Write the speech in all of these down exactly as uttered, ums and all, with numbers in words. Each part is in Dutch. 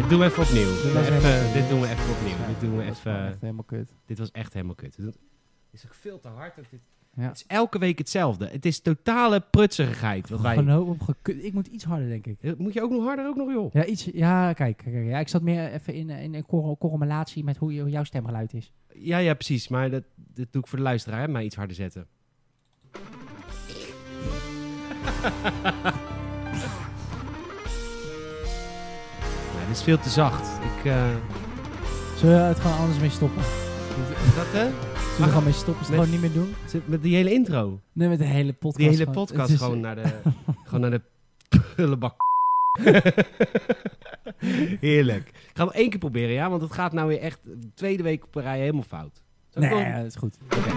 Dit doen we even opnieuw. Dit, was Even, helemaal- dit doen we even opnieuw. Ja, dit doen we dit was even. gewoon echt helemaal kut. Dit was echt helemaal kut. Dit is ook veel te hard. Dat dit... Ja. Het is elke week hetzelfde. Het is totale prutsigheid. Wat wij... Gewoon een hoop op gekut. Ik moet iets harder, denk ik. Moet je ook nog harder, ook nog joh? Ja, iets, ja kijk, kijk, kijk, ja, ik zat meer even in, in een cor- correlatie met hoe, je, hoe jouw stemgeluid is. Ja, ja, precies. Maar dat, dat doe ik voor de luisteraar. Hè? Mij iets harder zetten. Nee, dit is veel te zacht. Ik, uh... Zullen we het gewoon anders mee stoppen? Dat, hè? Zullen we er gewoon mee stoppen? Zullen we het Met- gewoon niet meer doen? Met die hele intro. Nee, met de hele podcast. Die hele gewoon. podcast Het is- gewoon naar de... gewoon naar de prullenbak. Heerlijk. Ik ga hem één keer proberen, ja? Want het gaat nou weer echt de tweede week op een rij helemaal fout. Zal ik Nee, wel- ja, dat is goed. Oké.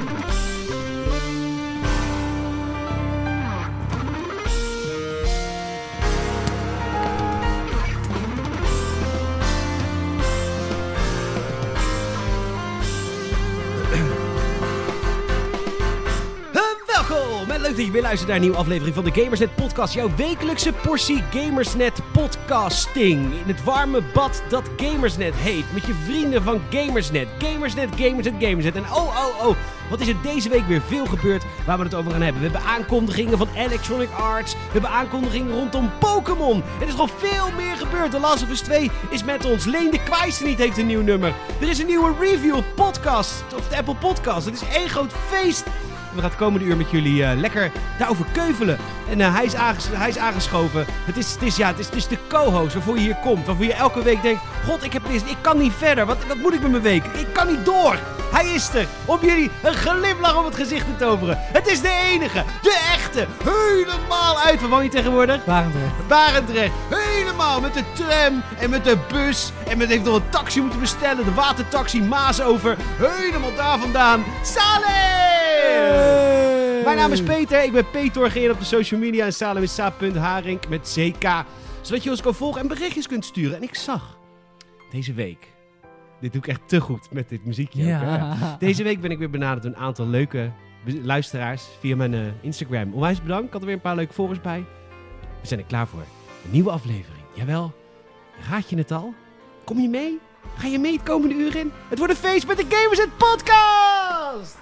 Welkom en leuk dat je weer luistert naar een nieuwe aflevering van de Gamersnet Podcast. Jouw wekelijkse portie Gamersnet podcasting. In het warme bad dat Gamersnet heet. Met je vrienden van Gamersnet. Gamersnet, Gamersnet, Gamersnet. En oh, oh, oh, wat is er deze week weer veel gebeurd waar we het over gaan hebben. We hebben aankondigingen van Electronic Arts. We hebben aankondigingen rondom Pokémon. Er is nog veel meer gebeurd. The Last of Us twee is met ons. Leen de Kwijsteniet heeft een nieuw nummer. Er is een nieuwe review op podcast. Of de Apple Podcast. Het is één groot feest. We gaan het komende uur met jullie uh, lekker daarover keuvelen. En uh, hij, is aanges- hij is aangeschoven. Het is, het, is, ja, het, is, het is de co-host waarvoor je hier komt. Waarvoor je elke week denkt... God, ik heb dit, ik kan niet verder. Wat, wat moet ik met mijn week? Ik kan niet door. Hij is er. Om jullie een glimlach op het gezicht te toveren. Het is de enige. De echte. Helemaal uit. Waar woon je tegenwoordig? Barendrecht. Barendrecht. Helemaal met de tram en met de bus. En met heeft nog een taxi moeten bestellen. De watertaxi Maas over. Helemaal daar vandaan. Salem! Mijn naam is Peter. Ik ben Peter Geen op de social media. En Salem is sa.haring met zk. Zodat je ons kan volgen en berichtjes kunt sturen. En ik zag deze week... Dit doe ik echt te goed met dit muziekje. Ja. Ook, hè? Deze week ben ik weer benaderd door een aantal leuke be- luisteraars via mijn uh, Instagram. Onwijs bedankt. Ik had er weer een paar leuke volgers bij. We zijn er klaar voor. Een nieuwe aflevering. Jawel. Raad je het al? Kom je mee? Ga je mee het komende uur in? Het wordt een feest met de Gamersnet Podcast!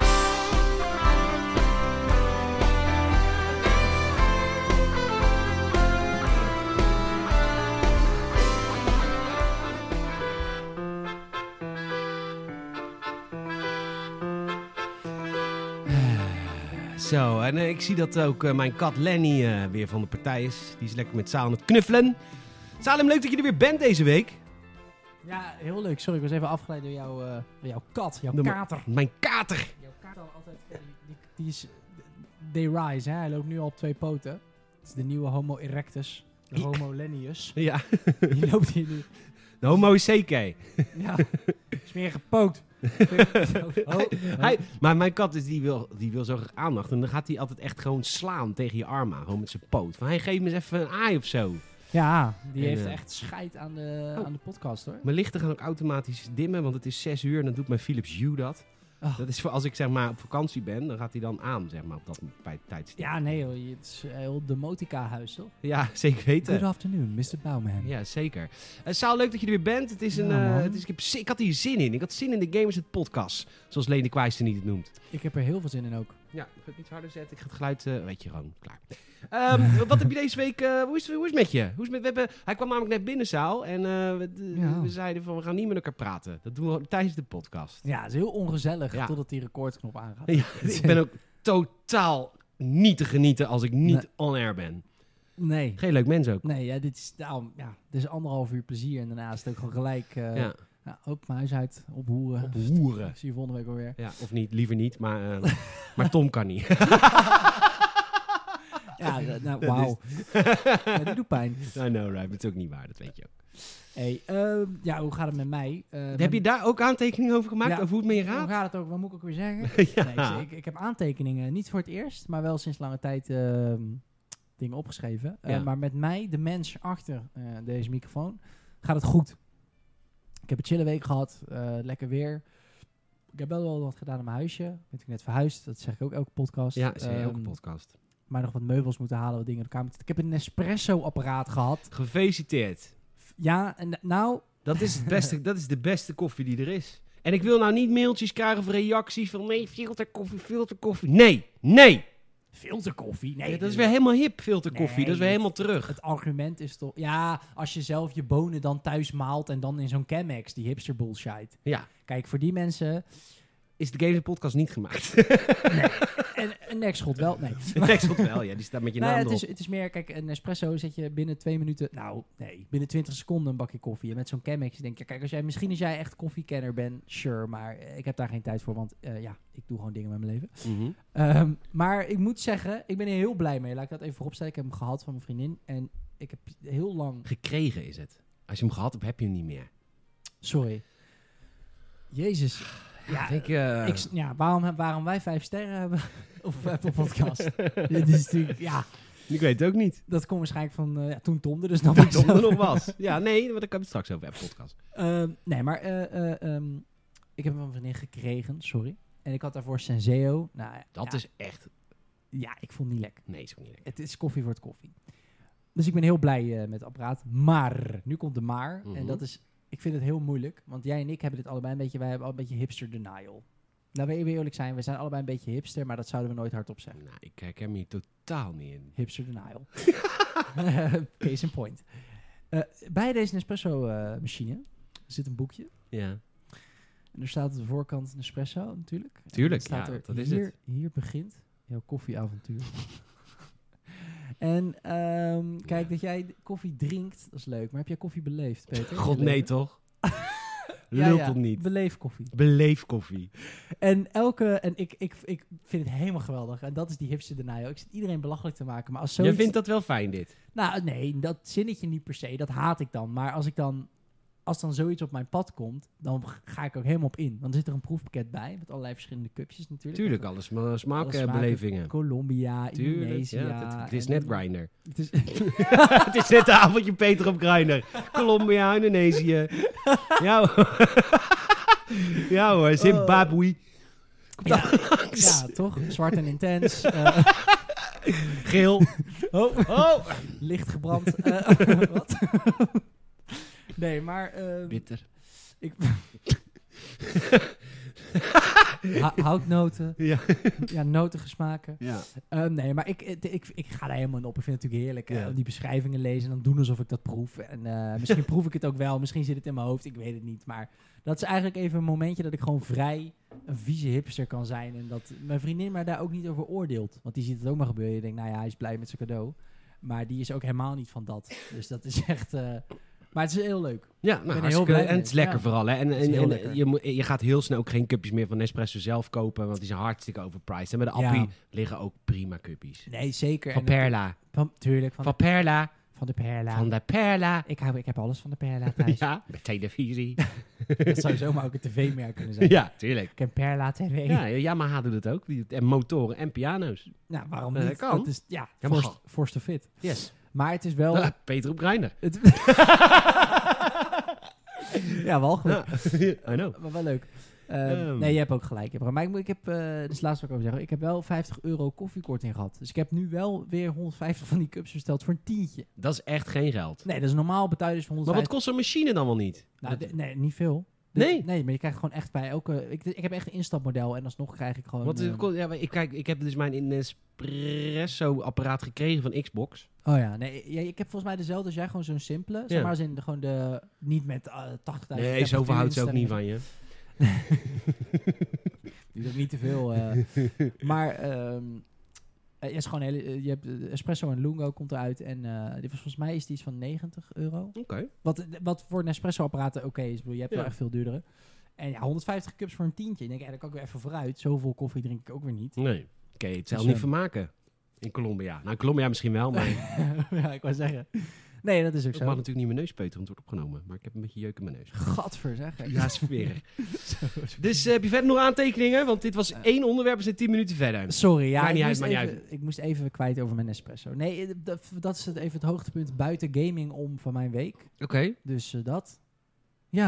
Zo, en uh, ik zie dat ook uh, mijn kat Lenny uh, weer van de partij is. Die is lekker met Salem aan het knuffelen. Salem, leuk dat je er weer bent deze week. Ja, heel leuk. Sorry, ik was even afgeleid door, jou, uh, door jouw kat, jouw Door m- kater. Mijn kater. Jouw kater altijd, die, die, die is, they rise, hè. Hij loopt nu al op twee poten. Het is de nieuwe Homo erectus, de Homo Lennius. Ja, Die loopt hier nu. de homo is C K. Ja, is meer gepookt. Oh, oh. Hij, maar mijn kat is, die, wil, die wil zo graag aandacht. En dan gaat hij altijd echt gewoon slaan tegen je arm aan. Gewoon met zijn poot. Van, hey, geef me eens even een aai of zo. Ja, die En, heeft uh, echt scheid aan de, oh. aan de podcast, hoor. Mijn lichten gaan ook automatisch dimmen. Want het is zes uur en dan doet mijn Philips Hue dat. Oh. Dat is voor als ik zeg maar op vakantie ben. Dan gaat hij dan aan, zeg maar, op dat bij het tijdstip. Ja, nee, hoor. Het is heel demotica-huis, toch? Ja, zeker weten. Good afternoon, mister Bouwman. Ja, zeker. Uh, Saal, leuk dat je er weer bent. Het is een, Ja, uh, man. het is, ik, heb, zin- ik had hier zin in. Ik had zin in de Gamersnet Podcast. Zoals Leen de Kwijsteniet het noemt. Ik heb er heel veel zin in ook. Ja, ik ga het iets harder zetten. Ik ga het geluid... Uh, weet je gewoon, klaar. Um, wat heb je deze week... Uh, hoe, is, hoe is het met je? Hoe is het met, we hebben, hij kwam namelijk net binnen, Saal. En uh, we, de- Ja. we zeiden van, we gaan niet met elkaar praten. Dat doen we tijdens de podcast. Ja, het is heel ongezellig Ja. totdat die recordknop aangaat. Ja, ik ben ook totaal niet te genieten als ik niet Nee. on-air ben. Nee. Geen leuk mens ook. Nee, ja, dit is, daarom, ja, dit is anderhalf uur plezier en daarna is het ook gewoon gelijk uh, Ja, ja, op mijn huis uit, op hoeren. op hoeren. Zie je volgende week alweer. Ja, of niet, liever niet. Maar, uh, maar Tom kan niet. Ja, d- nou, Dat wauw. Ja, die doet pijn. I know, right. Maar het is ook niet waar, dat weet je ook. Hey, ehm, ja, hoe gaat het met mij? Uh, Heb je daar ook aantekeningen over gemaakt? Ja. Over hoe het met je Hoe gaat? gaat het ook? Wat moet ik ook weer zeggen? Ja. Nee, ik, ik heb aantekeningen, niet voor het eerst, maar wel sinds lange tijd ehm, dingen opgeschreven. Uh, Ja. Maar met mij, de mens achter uh, deze microfoon, gaat het goed. Ik heb een chille week gehad, uh, lekker weer. Ik heb wel wel wat gedaan aan mijn huisje. Ben ik net verhuisd, dat zeg ik ook elke podcast. Ja, is elke Ehm, podcast. Maar nog wat meubels moeten halen, wat dingen in de kamer. Ik heb een Nespresso-apparaat gehad. Gefeliciteerd. Ja, en nou, Dat is, het beste, dat is de beste koffie die er is. En ik wil nou niet mailtjes krijgen of reacties van... nee, filterkoffie, filterkoffie. Nee, nee! Filterkoffie? Nee. Ja, dat is weer helemaal hip, filterkoffie. Nee, dat is weer het, helemaal terug. Het argument is toch... Ja, als je zelf je bonen dan thuis maalt en dan in zo'n Chemex, die hipster bullshit. Ja. Kijk, voor die mensen... Is de Games Podcast niet gemaakt? Nee. En een nekschot wel, nee. Een nekschot wel, ja. Die staat met je nou naam ja, het, erop. is, het is meer, kijk, een espresso zet je binnen twee minuten... Nou, nee, binnen twintig seconden een bakje koffie. En met zo'n Chemex denk je, kijk, als jij, misschien als jij echt koffiekenner bent, sure. Maar eh, ik heb daar geen tijd voor, want uh, ja, ik doe gewoon dingen met mijn leven. Mm-hmm. Um, maar ik moet zeggen, ik ben er heel blij mee. Laat ik dat even vooropstellen. Ik heb hem gehad van mijn vriendin. En ik heb heel lang... Gekregen is het. Als je hem gehad hebt, heb je hem niet meer. Sorry. Jezus. Ja, ik, uh... ik, ja waarom, waarom wij vijf sterren hebben op Apple Podcast. Dit is natuurlijk, ja... Ik weet het ook niet. Dat komt waarschijnlijk van uh, ja, toen Tom er dus nog, toen Tom er nog was. Ja, nee, maar daar kan ik het straks over Apple Podcast. Uh, nee, maar uh, uh, um, ik heb hem van een vriendin gekregen, sorry. En ik had daarvoor Senseo. Nou, dat ja, is echt... Ja, ik vond het niet lekker. Nee, is ook niet lekker. Het is koffie voor het koffie. Dus ik ben heel blij uh, met het apparaat. Maar, nu komt de maar. Mm-hmm. En dat is... Ik vind het heel moeilijk, want jij en ik hebben dit allebei een beetje... Wij hebben al een beetje hipster denial. Laten we even eerlijk zijn, we zijn allebei een beetje hipster, maar dat zouden we nooit hardop zeggen. Nou, ik herken me hier totaal niet in. Hipster denial. Case in point. Uh, bij deze Nespresso-machine uh, zit een boekje. Ja. En er staat op de voorkant Nespresso natuurlijk. Tuurlijk, staat ja, er, dat is hier, het. Hier begint jouw koffieavontuur. En um, kijk, ja. dat jij koffie drinkt, dat is leuk. Maar heb jij koffie beleefd, Peter? God, nee toch? ja, Lult ja, het niet. Beleef koffie. Beleef koffie. En elke, en ik, ik, ik vind het helemaal geweldig. En dat is die hipster denial. Ik zit iedereen belachelijk te maken. Maar als zoiets... Jij vindt dat wel fijn, dit? Nou, nee, dat zinnetje niet per se. Dat haat ik dan. Maar als ik dan... Als dan zoiets op mijn pad komt, dan ga ik ook helemaal op in. Want er zit er een proefpakket bij, met allerlei verschillende cupjes natuurlijk. Tuurlijk, alles sma- smaakbelevingen. Colombia, Tuurlijk, Indonesië. ja, het, het is net Grindr. Het is, het is net de avondje Peter op Grindr. Colombia, Indonesië. ja, hoor. ja hoor, Zimbabwe. Ja, ja, toch? Zwart en intens. Uh, Geel. Oh, oh. licht gebrand. Uh, wat? Nee, maar... Uh, Bitter. Ik... ha- houtnoten. Ja. Ja, notige smaken. Ja. Uh, nee, maar ik, ik, ik, ik ga daar helemaal in op. Ik vind het natuurlijk heerlijk. Ja. Uh, die beschrijvingen lezen en dan doen alsof ik dat proef. En uh, misschien proef ik het ook wel. Misschien zit het in mijn hoofd. Ik weet het niet. Maar dat is eigenlijk even een momentje dat ik gewoon vrij een vieze hipster kan zijn. En dat mijn vriendin mij daar ook niet over oordeelt. Want die ziet het ook maar gebeuren. Je denkt, nou ja, hij is blij met zijn cadeau. Maar die is ook helemaal niet van dat. Dus dat is echt... Uh, Maar het is heel leuk. Ja, nou, heel blij en het is lekker ja. vooral. Hè? En, en, en, en je, moet, je gaat heel snel ook geen cupjes meer van Nespresso zelf kopen, want die zijn hartstikke overpriced. En bij de Appie ja. liggen ook prima cupjes. Nee, zeker. Van en Perla. Van, tuurlijk. Van, van de, Perla. Van de Perla. Van de Perla. Ik heb, ik heb alles van de Perla thuis. Ja, met televisie. Dat zou zomaar ook een tv-merk kunnen zijn. Ja, tuurlijk. Ik heb Perla T V. Ja, Yamaha doet het ook. En motoren en piano's. Nou, waarom dat niet? kan. Dat is, ja, ja forced, forced to fit. Yes. Maar het is wel... Nou, Peter op Grindr. Het... ja, walgelijk. Ja, I know. Maar wel leuk. Um, um. Nee, je hebt ook gelijk. Je hebt, maar ik, ik heb, uh, dus laatst wat ik over zeggen, ik heb wel vijftig euro koffiekorting gehad. Dus ik heb nu wel weer honderdvijftig van die cups besteld voor een tientje. Dat is echt geen geld. Nee, dat is normaal betaal je dus voor honderdvijftig. Maar wat kost zo'n machine dan wel niet? Nou, de, nee, niet veel. De, nee? Nee, maar je krijgt gewoon echt bij elke... Ik, ik heb echt een instapmodel en alsnog krijg ik gewoon... Wat, uh, ja, ik, kijk, ik heb dus mijn Nespresso-apparaat gekregen van Xbox. Oh ja, nee, ja, ik heb volgens mij dezelfde als jij, gewoon zo'n simpele. Zeg ja. maar als in de, gewoon de... Niet met uh, tachtigduizend... Nee, zoveel houdt ze ook niet van je. Die doet niet te veel. Uh, maar... Um, Uh, is gewoon hele, uh, je hebt uh, Espresso en Lungo komt eruit en uh, dit was volgens mij is die iets van negentig euro. Oké. Okay. Wat, wat voor een Espresso apparaten oké okay is. Bedoel, je hebt ja. wel echt veel duurdere. En ja, honderdvijftig cups voor een tientje. Ik denk, ja, daar kan ik weer even vooruit. Zoveel koffie drink ik ook weer niet. Nee. Oké, okay, het zal dus, niet vermaken in Colombia. Nou, in Colombia misschien wel, maar... ja, ik wou zeggen. Nee, dat is ook ik zo. Ik mag natuurlijk niet mijn neus peuteren, want het wordt opgenomen. Maar ik heb een beetje jeuk in mijn neus. Gadver, zeg. Ja, sfeer. Dus uh, heb je verder nog aantekeningen? Want dit was uh, één onderwerp, we zijn tien minuten verder. Sorry, ja. Maar niet ik, uit, moest maar even, niet uit. ik moest even kwijt over mijn Nespresso. Nee, dat, dat is het, even het hoogtepunt buiten gaming om van mijn week. Oké. Okay. Dus uh, dat. Ja.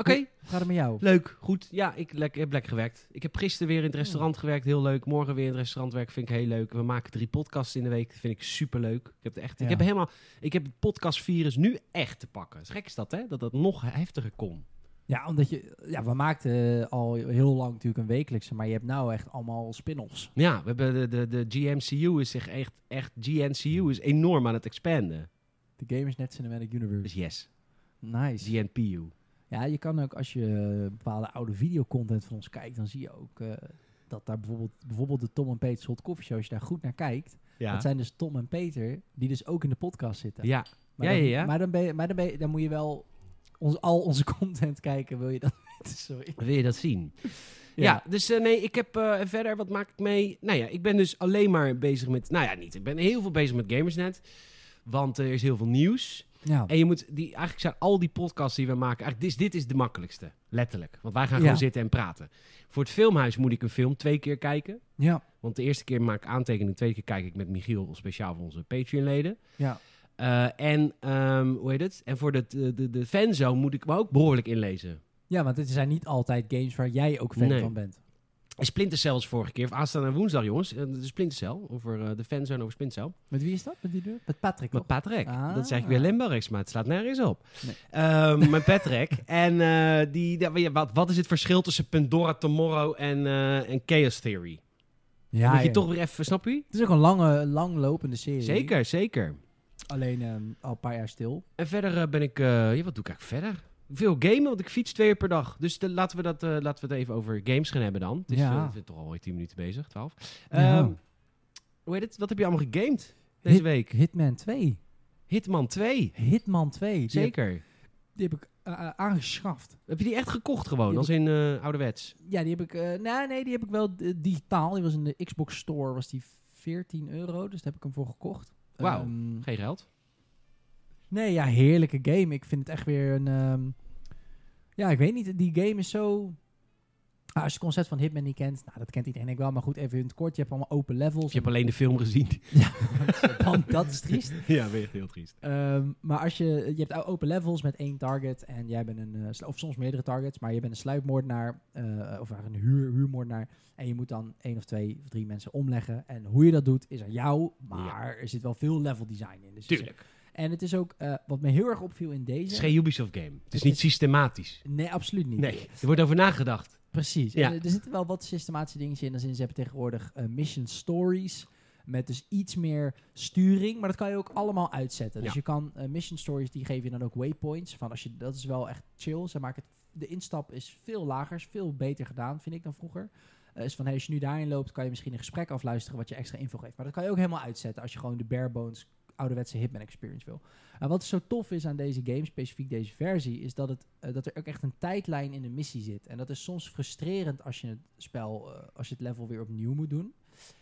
Oké. Hoe gaat het met jou? Leuk, goed. Ja, ik lek, heb lekker gewerkt. Ik heb gisteren weer in het restaurant gewerkt, heel leuk. Morgen weer in het restaurant werken, vind ik heel leuk. We maken drie podcasts in de week, dat vind ik superleuk. Ik heb het echt, Ja. ik heb helemaal, ik heb het podcastvirus nu echt te pakken. Het is gek is dat, hè? Dat dat nog heftiger kon. Ja, omdat je... Ja, we maakten al heel lang natuurlijk een wekelijkse, maar je hebt nou echt allemaal spin-offs. Ja, we hebben de, de, de G M C U is zich echt, echt, G N C U is enorm aan het expanden. De Gamersnet Cinematic Universe. Dus yes, Nice. G N P U. Ja, je kan ook, als je bepaalde oude videocontent van ons kijkt, dan zie je ook uh, dat daar bijvoorbeeld, bijvoorbeeld de Tom en Peter Sold Coffee Show, als je daar goed naar kijkt, Ja. dat zijn dus Tom en Peter, die dus ook in de podcast zitten. Ja. Maar Ja, dan, ja, ja. Maar, dan, ben je, maar dan, ben je, dan moet je wel ons, al onze content kijken, wil je dat weten, sorry. Wil je dat zien? Ja, Ja. dus uh, nee, ik heb uh, verder, wat maak ik mee? Nou ja, ik ben dus alleen maar bezig met, nou ja, niet. Ik ben heel veel bezig met Gamersnet, want uh, er is heel veel nieuws. Ja. En je moet, die, eigenlijk zijn al die podcasts die we maken, eigenlijk dit, dit is de makkelijkste, letterlijk. Want wij gaan Ja. gewoon zitten en praten. Voor het filmhuis moet ik een film twee keer kijken. Ja. Want de eerste keer maak ik aantekeningen, de tweede keer kijk ik met Michiel, speciaal voor onze Patreon-leden. Ja. Uh, en, um, hoe heet het? En voor de, de, de, de fanzone moet ik me ook behoorlijk inlezen. Ja, want dit zijn niet altijd games waar jij ook fan Nee. van bent. Splinter Cell was vorige keer, of aanstaande woensdag, jongens. Uh, de Splinter Cell, over uh, de fanzone over Splinter Cell. Met wie is dat? Met die deur? Met Patrick. Met toch? Patrick. Ah. Dat is eigenlijk weer Limburgs, maar het slaat nergens op. Nee. Um, met Patrick. En uh, die, die, wat, wat is het verschil tussen Pandora Tomorrow en, uh, en Chaos Theory? Ja, Moet je ja. toch weer even, snap je? Het is ook een lange, langlopende serie. Zeker, zeker. Alleen um, al een paar jaar stil. En verder uh, ben ik... Uh, ja, wat doe ik eigenlijk verder? Veel gamen, want ik fiets twee uur per dag. Dus de, laten, we dat, uh, laten we het even over games gaan hebben dan. Het is, Ja. uh, we zijn toch alweer tien minuten bezig, twaalf. Ja. Um, hoe heet het? Wat heb je allemaal gegamed deze Hit- week? Hitman twee. Hitman twee. Hitman twee. Die Zeker. Heb, die heb ik uh, uh, aangeschaft. Heb je die echt gekocht gewoon, Die als in uh, ouderwets? Ja, die heb ik... Uh, nee, nee, die heb ik wel uh, digitaal. Die was in de Xbox Store. Was die veertien euro. Dus daar heb ik hem voor gekocht. Wauw. Um, Geen geld? nee, ja, heerlijke game. Ik vind het echt weer een... Um, ja, ik weet niet. Die game is zo... Ah, als je het concept van Hitman niet kent, nou, dat kent iedereen denk ik wel, maar goed, even in het kort. Je hebt allemaal open levels. Of je hebt alleen de film gezien? Ja, dan, dat is triest. Ja, weer echt heel triest. Um, maar als je, je hebt open levels met één target en jij bent een, uh, slu- of soms meerdere targets, maar je bent een sluipmoordenaar, uh, of een huur, huurmoordenaar, en je moet dan één of twee of drie mensen omleggen. En hoe je dat doet is aan jou, maar er zit wel veel level design in. Dus Tuurlijk. en het is ook, uh, wat me heel erg opviel in deze... Het is geen Ubisoft game. Het is Het niet is- systematisch. Nee, absoluut niet. Nee, er wordt over nagedacht. Precies. Ja. En, uh, er zitten wel wat systematische dingetjes in. Als in ze hebben tegenwoordig uh, mission stories. Met dus iets meer sturing. Maar dat kan je ook allemaal uitzetten. Dus Ja. je kan uh, mission stories, die geven je dan ook waypoints. Van als je, dat is wel echt chill. Ze maken het, de instap is veel lager. Is veel beter gedaan, vind ik, dan vroeger. Uh, is van, hey, als je nu daarin loopt, kan je misschien een gesprek afluisteren wat je extra info geeft. Maar dat kan je ook helemaal uitzetten als je gewoon de bare bones ouderwetse Hitman experience wil. En wat zo tof is aan deze game, specifiek deze versie, is dat, het, uh, dat er ook echt een tijdlijn in de missie zit. En dat is soms frustrerend als je het spel, uh, als je het level weer opnieuw moet doen.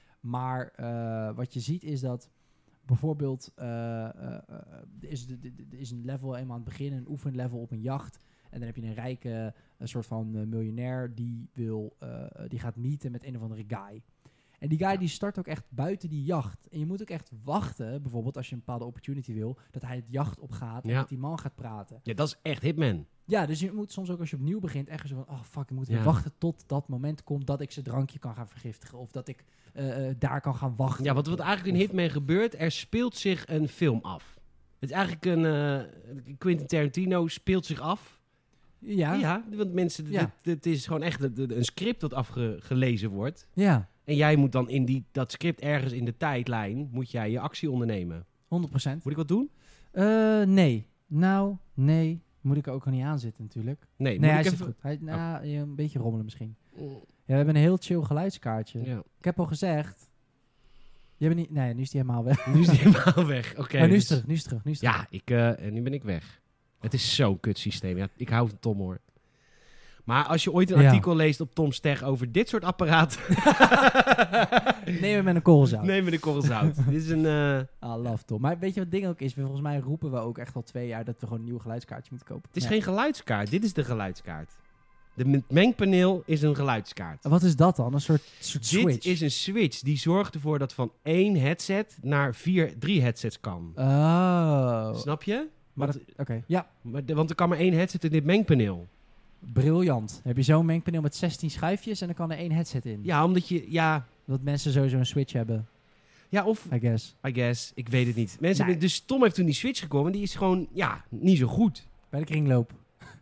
Maar uh, wat je ziet is dat bijvoorbeeld uh, uh, uh, er is, de, de, de, is een level eenmaal aan het begin, een oefenlevel op een jacht. En dan heb je een rijke, een soort van uh, miljonair die wil, uh, die gaat meeten met een of andere guy. En die guy die start ook echt buiten die jacht. En je moet ook echt wachten, bijvoorbeeld als je een bepaalde opportunity wil, dat hij het jacht opgaat en Ja. met die man gaat praten. Ja, dat is echt Hitman. Ja, Ja, dus je moet soms ook als je opnieuw begint echt zo van, oh fuck, ik moet Ja. weer wachten tot dat moment komt dat ik zijn drankje kan gaan vergiftigen. Of dat ik uh, uh, daar kan gaan wachten. Ja, wat, wat eigenlijk in Of- Hitman gebeurt, er speelt zich een film af. Het is eigenlijk een... uh, Quentin Tarantino speelt zich af. Ja, ja. Ja, want mensen... Ja. Het, het is gewoon echt een, een script dat afgelezen wordt. ja, En jij moet dan in die, dat script ergens in de tijdlijn, moet jij je actie ondernemen. honderd procent. Moet ik wat doen? Uh, nee. Nou, nee. Moet ik er ook al niet aan zitten natuurlijk. Nee, Nee, moet hij ik zit even... goed. Hij, nou, ja, een beetje rommelen misschien. Oh, Ja, we hebben een heel chill geluidskaartje. ja. Ik heb al gezegd... Je bent niet... Nee, nu is die helemaal weg. Nu is die helemaal weg. Oké. maar nu is dus- het terug, nu is het terug, nu is het terug. Ja, ik, uh, en nu ben ik weg. Het is zo'n kut systeem. Ja, ik hou van Tom hoor. Maar als je ooit een Ja. artikel leest op Tom's Tech over dit soort apparaten... Neem hem met een korrel zout. Neem me de korrel zout. Dit is een... uh, Ah, love Tom. Maar weet je wat het ding ook is? Volgens mij roepen we ook echt al twee jaar dat we gewoon een nieuw geluidskaartje moeten kopen. het is Ja. geen geluidskaart. Dit is de geluidskaart. De m- mengpaneel is een geluidskaart. Wat is dat dan? Een soort, soort switch? Dit is een switch die zorgt ervoor dat van één headset naar vier, drie headsets kan. Oh. Snap je? Maar Want, dat- Oké. Ja. maar de- want er kan maar één headset in dit mengpaneel. Briljant. Heb je zo'n mengpaneel met zestien schuifjes en dan kan er één headset in. Ja, omdat je... Ja, Dat mensen sowieso een Switch hebben, ja of... I guess. I guess. Ik weet het niet. Mensen Nee. hebben, dus Tom heeft toen die Switch gekomen. En die is gewoon, ja, niet zo goed. Bij de kringloop.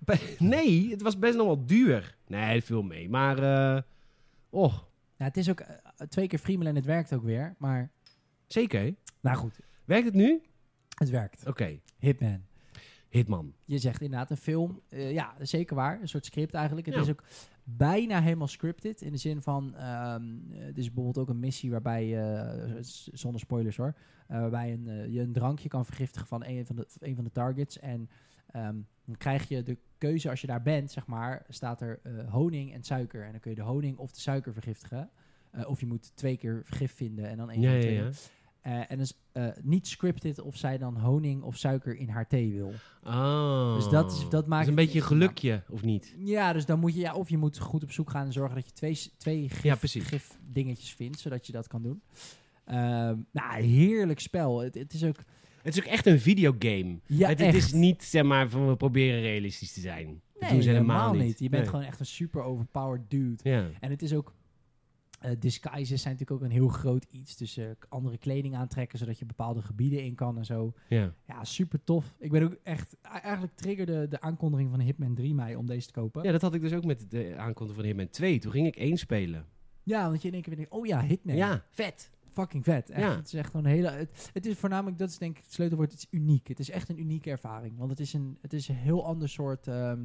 Nee, het was best nog wel duur. Nee, veel mee. Maar, eh oh, Ja, het is ook uh, twee keer friemelen en het werkt ook weer. Maar, zeker. nou goed, Werkt het nu? het werkt. Oké. Hitman. Hitman. Je zegt inderdaad een film. Uh, ja, zeker waar. Een soort script eigenlijk. Het Ja. is ook bijna helemaal scripted. In de zin van, um, het is bijvoorbeeld ook een missie waarbij, uh, z- zonder spoilers hoor, uh, waarbij een, uh, je een drankje kan vergiftigen van een van de, een van de targets. En um, dan krijg je de keuze als je daar bent, zeg maar, staat er uh, honing en suiker. En dan kun je de honing of de suiker vergiftigen. Uh, of je moet twee keer gif vinden en dan één Ja, van de ja, twee. ja. Uh, en dus uh, niet scripted of zij dan honing of suiker in haar thee wil. Oh. Dus dat is- dat maakt is een het- beetje een gelukje, of niet? Ja, dus dan moet je, ja, of je moet goed op zoek gaan en zorgen dat je twee, s- twee gif, Ja, precies. gif dingetjes vindt, zodat je dat kan doen. Ehm nou, heerlijk spel. Het, het is ook, Het is ook echt een videogame. ja, het, echt. het is niet, zeg maar, van we proberen realistisch te zijn. Dat nee, doen ze helemaal, helemaal niet. niet. Je bent Nee. gewoon echt een super overpowered dude. Ja. En het is ook, uh, disguises zijn natuurlijk ook een heel groot iets. Dus uh, andere kleding aantrekken, zodat je bepaalde gebieden in kan en zo. Ja. Ja, super tof. Ik ben ook echt, eigenlijk triggerde de aankondiging van Hitman drie mij om deze te kopen. ja, dat had ik dus ook met de aankondiging van Hitman twee. Toen ging ik één spelen. Ja, want je in één keer weer denkt, oh ja, Hitman. Ja, vet. Fucking vet. Echt. Ja. Het is echt gewoon een hele. Het, het is voornamelijk, dat is denk ik het sleutelwoord, het is uniek. Het is echt een unieke ervaring. Want het is een, het is een heel ander soort. ehm,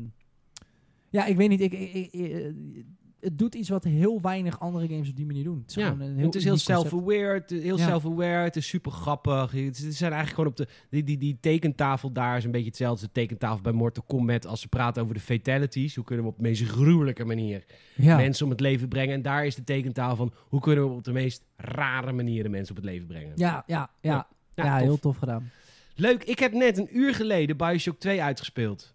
ja, ik weet niet. Ik, ik, ik- ik- het doet iets wat heel weinig andere games op die manier doen. Het is, Ja, gewoon een heel het is heel uniek concept. self-aware, het is heel Ja. self-aware, het is super grappig. Het is- het zijn eigenlijk gewoon op de die, die, die tekentafel daar is een beetje hetzelfde als de tekentafel bij Mortal Kombat als ze praten over de fatalities. Hoe kunnen we op de meest gruwelijke manier Ja. mensen om het leven brengen? En daar is de tekentafel van hoe kunnen we op de meest rare manieren mensen op het leven brengen? Ja, ja, ja. Ja. Ja, Ja, tof. heel tof gedaan. Leuk, ik heb net een uur geleden BioShock twee uitgespeeld.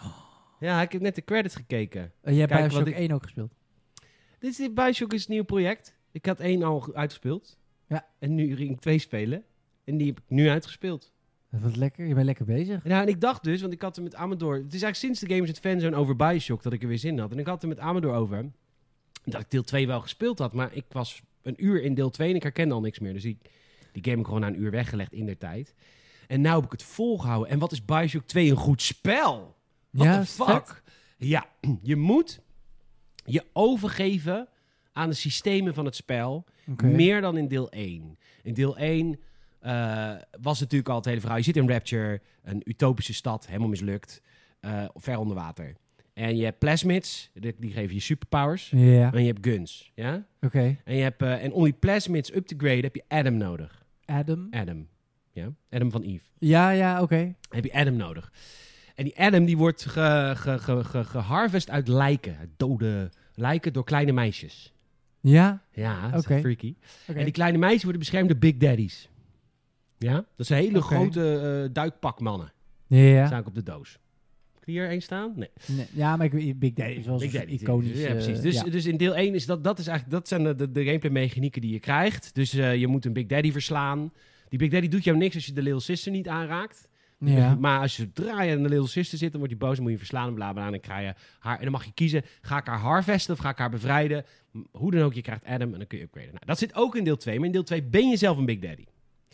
Ja, ik heb net de credits gekeken. Uh, jij hebt Kijk, BioShock wat ik- één ook gespeeld. Dit is, BioShock is een nieuw project. Ik had één al ge- uitgespeeld. Ja. En nu ging ik twee spelen. En die heb ik nu uitgespeeld. Wat lekker. Je bent lekker bezig. Nou, en ik dacht dus, want ik had er met Amador... Het is eigenlijk sinds de Gamers het Fanzone over BioShock dat ik er weer zin in had. En ik had er met Amador over dat ik deel twee wel gespeeld had. Maar ik was een uur in deel twee en ik herkende al niks meer. Dus die, die game heb ik gewoon na een uur weggelegd in der tijd. En nu heb ik het volgehouden. En wat is BioShock twee een goed spel? What Ja, the is fuck? vet. Ja, je moet je overgeven aan de systemen van het spel. Oké. Meer dan in deel één. In deel één eh, was natuurlijk al het hele verhaal. Je zit in Rapture, een utopische stad, helemaal mislukt. eh, ver onder water. En je hebt plasmids, die, die geven je superpowers. Ja, En je hebt guns, ja? oké. En, je hebt, eh, en om die plasmids up te graden heb je Adam nodig. Adam. Adam, ja? Adam van Eve. Ja, ja, oké. Heb je Adam nodig. En die Adam die wordt ge, ge, ge, ge, geharvest uit lijken. Uit dode lijken door kleine meisjes. Ja, Ja, dat is Oké. echt freaky. oké. En die kleine meisjes worden beschermd door Big Daddies. Ja? Dat zijn hele Oké. grote uh, duikpakmannen. Ja. Staan ook op de doos. Heb ik hier één staan? Nee. Nee, ja, maar ik, Big Daddy is wel Big zo'n Daddy. iconisch. Ja, eh, precies. Dus, ja. dus in deel één is dat, dat is eigenlijk, dat zijn de, de, de gameplay mechanieken die je krijgt. Dus uh, je moet een Big Daddy verslaan. Die Big Daddy doet jou niks als je de Little Sister niet aanraakt. Ja. Maar als je zodra je aan de Little Sister zit, dan wordt die boos, dan moet je verslaan en bla bla. En dan krijg je haar. En dan mag je kiezen, ga ik haar harvesten of ga ik haar bevrijden? M- Hoe dan ook, je krijgt Adam en dan kun je upgraden. Nou, dat zit ook in deel twee, maar in deel twee ben je zelf een Big Daddy.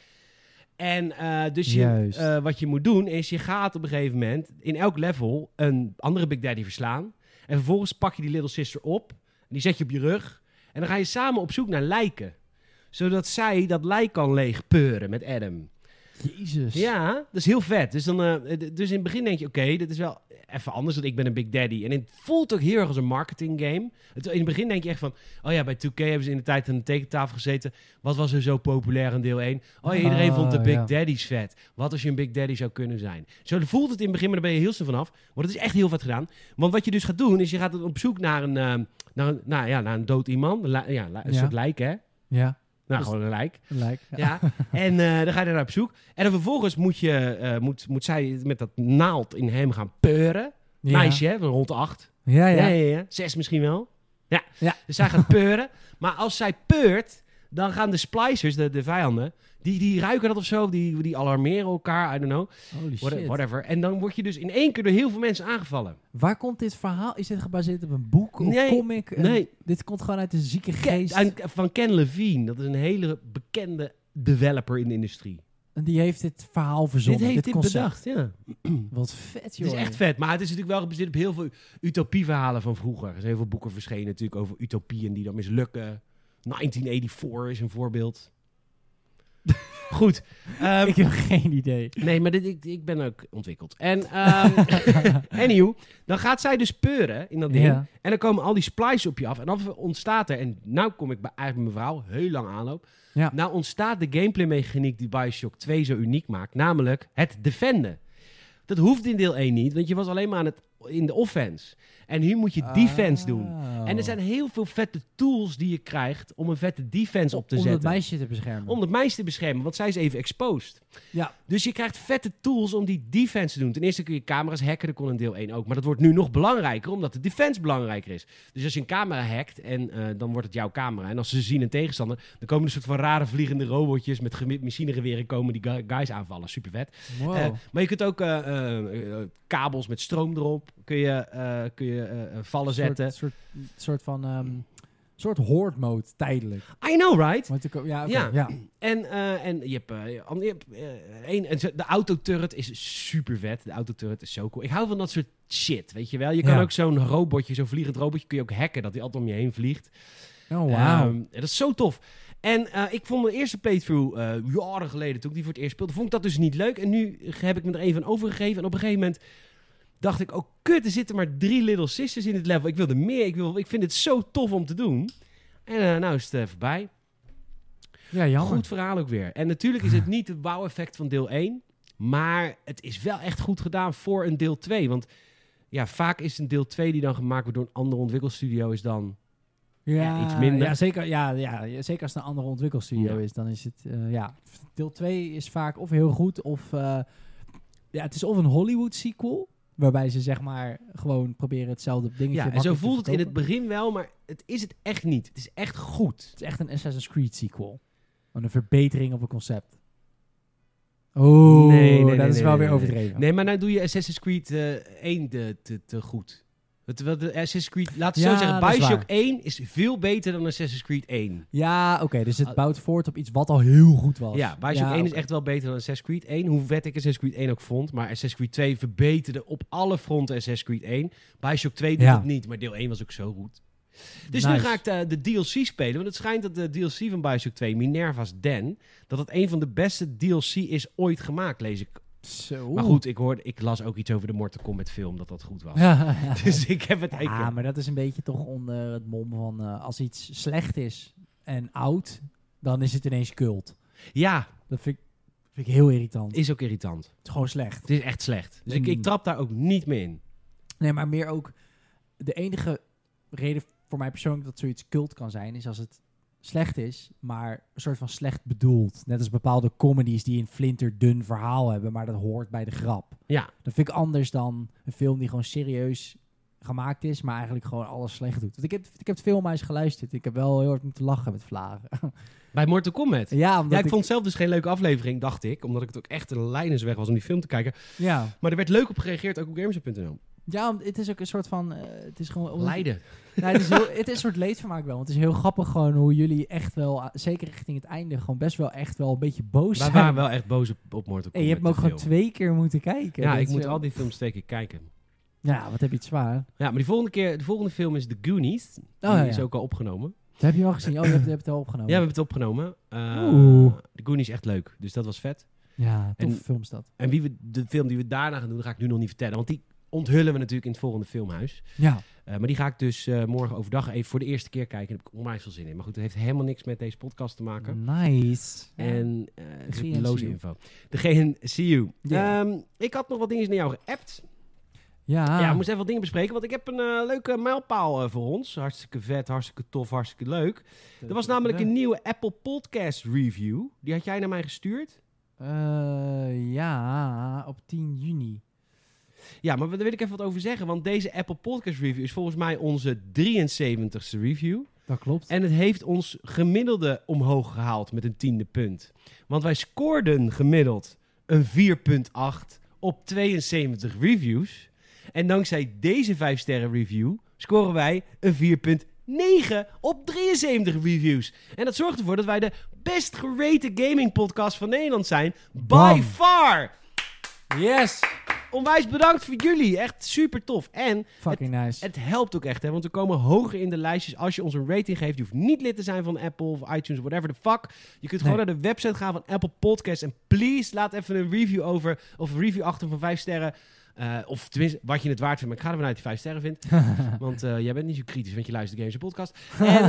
En uh, dus je, Juist. uh, wat je moet doen, is je gaat op een gegeven moment in elk level een andere Big Daddy verslaan. En vervolgens pak je die Little Sister op, en die zet je op je rug. En dan ga je samen op zoek naar lijken. Zodat zij dat lijk kan leegpeuren met Adam. Jezus. Ja, dat is heel vet. Dus, dan, uh, d- dus in het begin denk je, oké, okay, dit is wel even anders, want ik ben een Big Daddy. En het voelt ook heel erg als een marketing game. Het, in het begin denk je echt van, oh ja, bij twee K hebben ze in de tijd aan de tekentafel gezeten. Wat was er zo populair in deel één? Oh ja, iedereen Ah, vond de Big ja. Daddies vet. Wat als je een Big Daddy zou kunnen zijn? Zo voelt het in het begin, maar daar ben je heel snel vanaf. Maar het is echt heel vet gedaan. Want wat je dus gaat doen, is je gaat op zoek naar een, uh, naar een, nou, ja, naar een dood iemand. Een, li- ja, een Ja. soort lijk, hè? Ja, Nou, Dus- gewoon een lijk. lijk. Ja, en uh, dan ga je naar op zoek. En dan vervolgens moet, je, uh, moet, moet zij met dat naald in hem gaan peuren. Ja. Meisje, hè, van rond de acht. Ja, Ja, ja. ja, ja. Zes misschien wel. Ja. Ja. Dus zij gaat peuren. Maar als zij peurt, dan gaan de splicers, de, de vijanden, Die, die ruiken dat of zo, die, die alarmeren elkaar, I don't know. Holy What- shit. Whatever. En dan word je dus in één keer door heel veel mensen aangevallen. Waar komt dit verhaal? Is dit gebaseerd op een boek of Nee, comic? Een- nee. Dit komt gewoon uit de zieke Ken, geest. en- van Ken Levine, dat is een hele bekende developer in de industrie. En die heeft dit verhaal verzonnen. dit heeft dit concept. bedacht, ja. Wat vet, Het joh. is echt vet, maar het is natuurlijk wel gebaseerd op heel veel utopieverhalen van vroeger. Er zijn heel veel boeken verschenen natuurlijk over utopieën die dan mislukken. negentien vierennegentig is een voorbeeld. Goed. ehm, Ik heb geen idee. nee, maar dit, ik, ik ben ook ontwikkeld. En um, anyhow, dan gaat zij dus peuren in dat ding. Ja. En dan komen al die splices op je af. En dan ontstaat er, en nou kom ik bij eigenlijk mijn verhaal, heel lang aanloop. Ja. Nou ontstaat de gameplay mechaniek die Bioshock twee zo uniek maakt. Namelijk het defenden. Dat hoeft in deel één niet, want je was alleen maar aan het, in de offense. En hier moet je defense doen. Oh. En er zijn heel veel vette tools die je krijgt om een vette defense op te Om zetten. dat meisje te beschermen. Om dat meisje te beschermen, want zij is even exposed. Ja. Dus je krijgt vette tools om die defense te doen. Ten eerste kun je camera's hacken, dat kon in deel één ook. Maar dat wordt nu nog belangrijker, omdat de defense belangrijker is. Dus als je een camera hackt, en uh, dan wordt het jouw camera. En als ze zien een tegenstander, dan komen er een soort van rare vliegende robotjes met gemi- machinegeweren komen die gu- guys aanvallen. Super vet. Wow. Uh, maar je kunt ook uh, uh, uh, kabels met stroom erop, kun je, uh, kun je uh, vallen Een zetten. soort, soort, soort van... Um, soort horde mode, tijdelijk. I know, right? Want ik, ja, okay, Ja. ja. En, uh, en je hebt, uh, je hebt uh, een, en de autoturret is super vet. De autoturret is zo cool. Ik hou van dat soort shit, weet je wel. Je kan Ja. ook zo'n robotje, zo'n vliegend robotje, kun je ook hacken, dat hij altijd om je heen vliegt. Oh, wauw. Um, dat is zo tof. En uh, ik vond de eerste playthrough, uh, jaren geleden, toen ik die voor het eerst speelde, vond ik dat dus niet leuk. En nu heb ik me er een van overgegeven. En op een gegeven moment dacht ik, oh kut, er zitten maar drie Little Sisters in het level. Ik wilde meer, ik, wil, ik vind het zo tof om te doen. En uh, nou is het uh, voorbij. Ja, jammer. Goed verhaal ook weer. En natuurlijk is het niet het wow-effect van deel één. Maar het is wel echt goed gedaan voor een deel twee. Want ja, vaak is een deel twee die dan gemaakt wordt door een andere ontwikkelstudio is dan Ja, ja, iets minder. Ja, zeker, ja, ja, zeker als het een andere ontwikkelstudio Ja. is, dan is het... Uh, ja, deel twee is vaak of heel goed of... Uh, ja, het is of een Hollywood sequel, waarbij ze zeg maar gewoon proberen hetzelfde dingetje... Ja, en zo makkelijk te voelt het in het verkopen. begin wel, maar het is het echt niet. Het is echt goed. Het is echt een Assassin's Creed sequel. Een verbetering op een concept. Oh, Nee, nee, dat nee, is nee, wel nee, weer nee. overdreven. Nee, maar nou doe je Assassin's Creed uh, één de, te, te goed. Het, wat de Assassin's Creed, laten we Ja, zo zeggen, dat is Bioshock waar. één is veel beter dan Assassin's Creed één. Ja, oké, okay, dus het Ah. bouwt voort op iets wat al heel goed was. Ja, Bioshock Ja, één is oké. echt wel beter dan Assassin's Creed één. Hoe vet ik Assassin's Creed één ook vond. Maar Assassin's Creed twee verbeterde op alle fronten Assassin's Creed één. Bioshock twee doet Ja. het niet, maar deel één was ook zo goed. Dus nu Nice. ga ik de, de D L C spelen. Want het schijnt dat de D L C van Bioshock twee, Minerva's Den, dat het een van de beste D L C is ooit gemaakt, lees ik. Zo. Maar goed, ik, hoorde, ik las ook iets over de Mortal Kombat film, dat dat goed was. Ja, Dus ik heb het... ik, ja, maar dat is een beetje toch onder het mom van... Uh, als iets slecht is en oud, dan is het ineens cult. ja, Dat vind ik, vind ik heel irritant. is ook irritant. Het is gewoon slecht. Het is echt slecht. Dus ik, Mm. ik trap daar ook niet meer in. Nee, maar meer ook... De enige reden voor mij persoonlijk dat zoiets cult kan zijn... is als het slecht is, maar een soort van slecht bedoeld. Net als bepaalde comedies die een flinterdun verhaal hebben... maar dat hoort bij de grap. Ja, Dat vind ik anders dan een film die gewoon serieus gemaakt is... maar eigenlijk gewoon alles slecht doet. Want ik heb, ik heb het film maar eens geluisterd. Ik heb wel heel hard moeten lachen met vlagen. bij Mortal Kombat. ja, omdat Ja, ik vond zelf dus geen leuke aflevering, dacht ik. Omdat ik het ook echt een lijnensweg was om die film te kijken. Ja, Maar er werd leuk op gereageerd, ook op Gamerset punt n l. ja om- het is ook een soort van... uh, het is gewoon... Leiden. Nou, het, is heel, het is een soort leedvermaak wel. Want het is heel grappig gewoon hoe jullie echt wel... uh, zeker richting het einde, gewoon best wel echt wel een beetje boos Wij zijn. waren wel echt boos op, op Mortal Kombat. En je hebt hem ook de gewoon film. twee keer moeten kijken. Ja, Dat ik is moet wel- al die films twee keer kijken. Ja, wat heb je het zwaar. Ja, maar die volgende keer, de volgende film is The Goonies. Die Oh, ja, is ja. ook al opgenomen. Dat heb je al gezien. Oh, je hebt, je hebt het al opgenomen. Ja, we hebben het opgenomen. Uh, Oeh. The Goonies is echt leuk, dus dat was vet. Ja, toffe En- film is dat. En wie we, de film die we daarna gaan doen, ga ik nu nog niet vertellen. Want die onthullen we natuurlijk in het volgende filmhuis. Ja. Uh, maar die ga ik dus uh, morgen overdag even voor de eerste keer kijken. Daar heb ik onwijs veel zin in. Maar goed, dat heeft helemaal niks met deze podcast te maken. Nice. En uh, het is G ook N loze C U. info. De G N C U. Ja. Um, ik had nog wat dingen naar jou geappt. Ja. Ja, we moesten even wat dingen bespreken. Want ik heb een uh, leuke mijlpaal uh, voor ons. Hartstikke vet, hartstikke tof, hartstikke leuk. Er was namelijk een nieuwe Apple Podcast review. Die had jij naar mij gestuurd. Uh, ja, op tien juni. Ja, maar daar wil ik even wat over zeggen. Want deze Apple Podcast review is volgens mij onze drieënzeventigste review. Dat klopt. En het heeft ons gemiddelde omhoog gehaald met een tiende punt. Want wij scoorden gemiddeld een vier komma acht op tweeënzeventig reviews. En dankzij deze vijf sterren review scoren wij een vier komma negen op drieënzeventig reviews. En dat zorgt ervoor dat wij de best gerate gaming podcast van Nederland zijn. Bam. By far! Yes! Onwijs bedankt voor jullie. Echt super tof. En Fucking het, nice. het helpt ook echt, hè, want we komen hoger in de lijstjes als je ons een rating geeft. Je hoeft niet lid te zijn van Apple of iTunes of whatever the fuck. Je kunt gewoon Nee. naar de website gaan van Apple Podcasts en please laat even een review over, of een review achter van vijf sterren. Uh, of tenminste, wat je het waard vindt. Maar ik ga ervan uit dat je vijf sterren vindt. Want uh, jij bent niet zo kritisch, want je luistert Games en Podcast. En,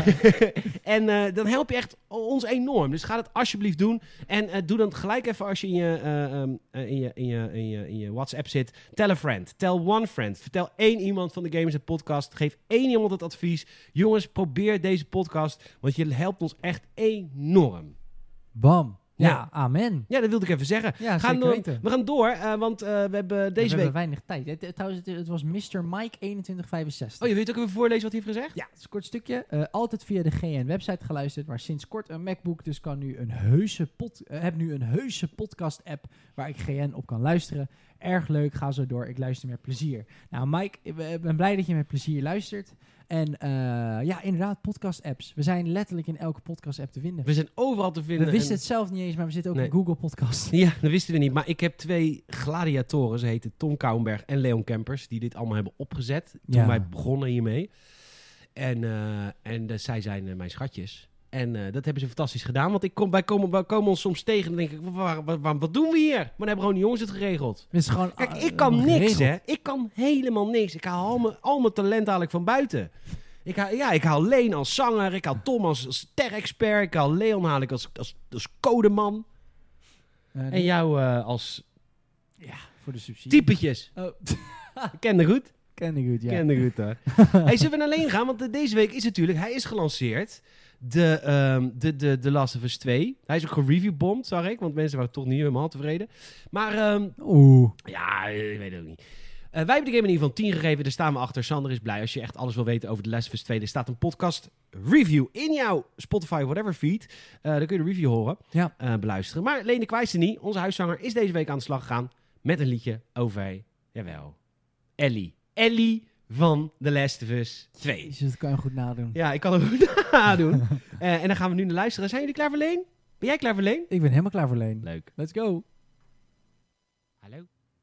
uh, en uh, dan help je echt ons enorm. Dus ga dat alsjeblieft doen. En uh, doe dan gelijk even als je in je, uh, um, uh, in, je, in, je, in, je, in je WhatsApp zit. Tell a friend. Tell one friend. Vertel één iemand van de Games en Podcast. Geef één iemand het advies. Jongens, probeer deze podcast. Want je helpt ons echt enorm. Bam. Ja, Ja. amen. Ja, dat wilde ik even zeggen. Ja, Gaan zeker we, weten. we gaan door, uh, want uh, we hebben deze we week... hebben weinig tijd. Het, het- trouwens, het, het was mister Mike eenentwintig vijfenzestig. Oh, je weet ook even voorlezen wat hij heeft gezegd? Ja, het is een kort stukje. Uh, altijd via de G N-website geluisterd, maar sinds kort een MacBook, dus kan nu een heuse pod, uh, heb nu een heuse podcast-app waar ik G N op kan luisteren. Erg leuk, ga zo door. Ik luister met plezier. Nou, Mike, ik ben blij dat je met plezier luistert. En uh, ja, inderdaad, podcast-apps. We zijn letterlijk in elke podcast-app te vinden. We zijn overal te vinden. We wisten en- het zelf niet eens, maar we zitten ook Nee. in Google Podcast. Ja, dat wisten we niet. Maar ik heb twee gladiatoren. Ze heten Tom Kouwenberg en Leon Kempers. Die dit allemaal hebben opgezet. Toen Ja. wij begonnen hiermee. En, uh, en uh, zij zijn uh, mijn schatjes. En uh, dat hebben ze fantastisch gedaan. Want ik kom, wij, komen, wij komen ons soms tegen en dan denk ik, waar, waar, waar- wat doen we hier? Maar dan hebben gewoon die jongens het geregeld. Het is gewoon, Kijk, uh, ik kan helemaal niks, geregeld. hè. Ik kan helemaal niks. Ik haal al mijn, al mijn talent haal ik van buiten. Ik haal, ja, ik haal Leen als zanger. Ik haal Tom als, als ster-expert. Ik haal Leon haal ik als, als, als codeman. Uh, En jou uh, als ja, voor de subsidie. typetjes. Oh, Ik kende goed. ken ik goed, ja. Kende goed, hoor. Hey, zullen we naar Leen gaan? Want uh, deze week is natuurlijk... Hij is gelanceerd. De, um, de, de, de Last of Us twee. Hij is ook gereviewbomd, zag ik. Want mensen waren toch niet helemaal tevreden. Maar um, Oeh. ja, ik weet het ook niet. Uh, wij hebben de game in ieder geval tien gegeven. Daar staan we achter. Sander is blij. Als je echt alles wil weten over The Last of Us twee... er staat een podcast review in jouw Spotify whatever feed. Uh, dan kun je de review horen. Ja. Uh, beluisteren. Maar Leen de Kwijstenie, onze huiszanger, is deze week aan de slag gegaan... met een liedje over, jawel, Ellie. Ellie van The Last of Us twee. Jezus, dat kan je goed nadoen. Ja, ik kan hem goed nadoen. uh, en dan gaan we nu naar luisteren. Zijn jullie klaar voor Leen? Ben jij klaar voor Leen? Ik ben helemaal klaar voor Leen. Leuk. Let's go. Hallo?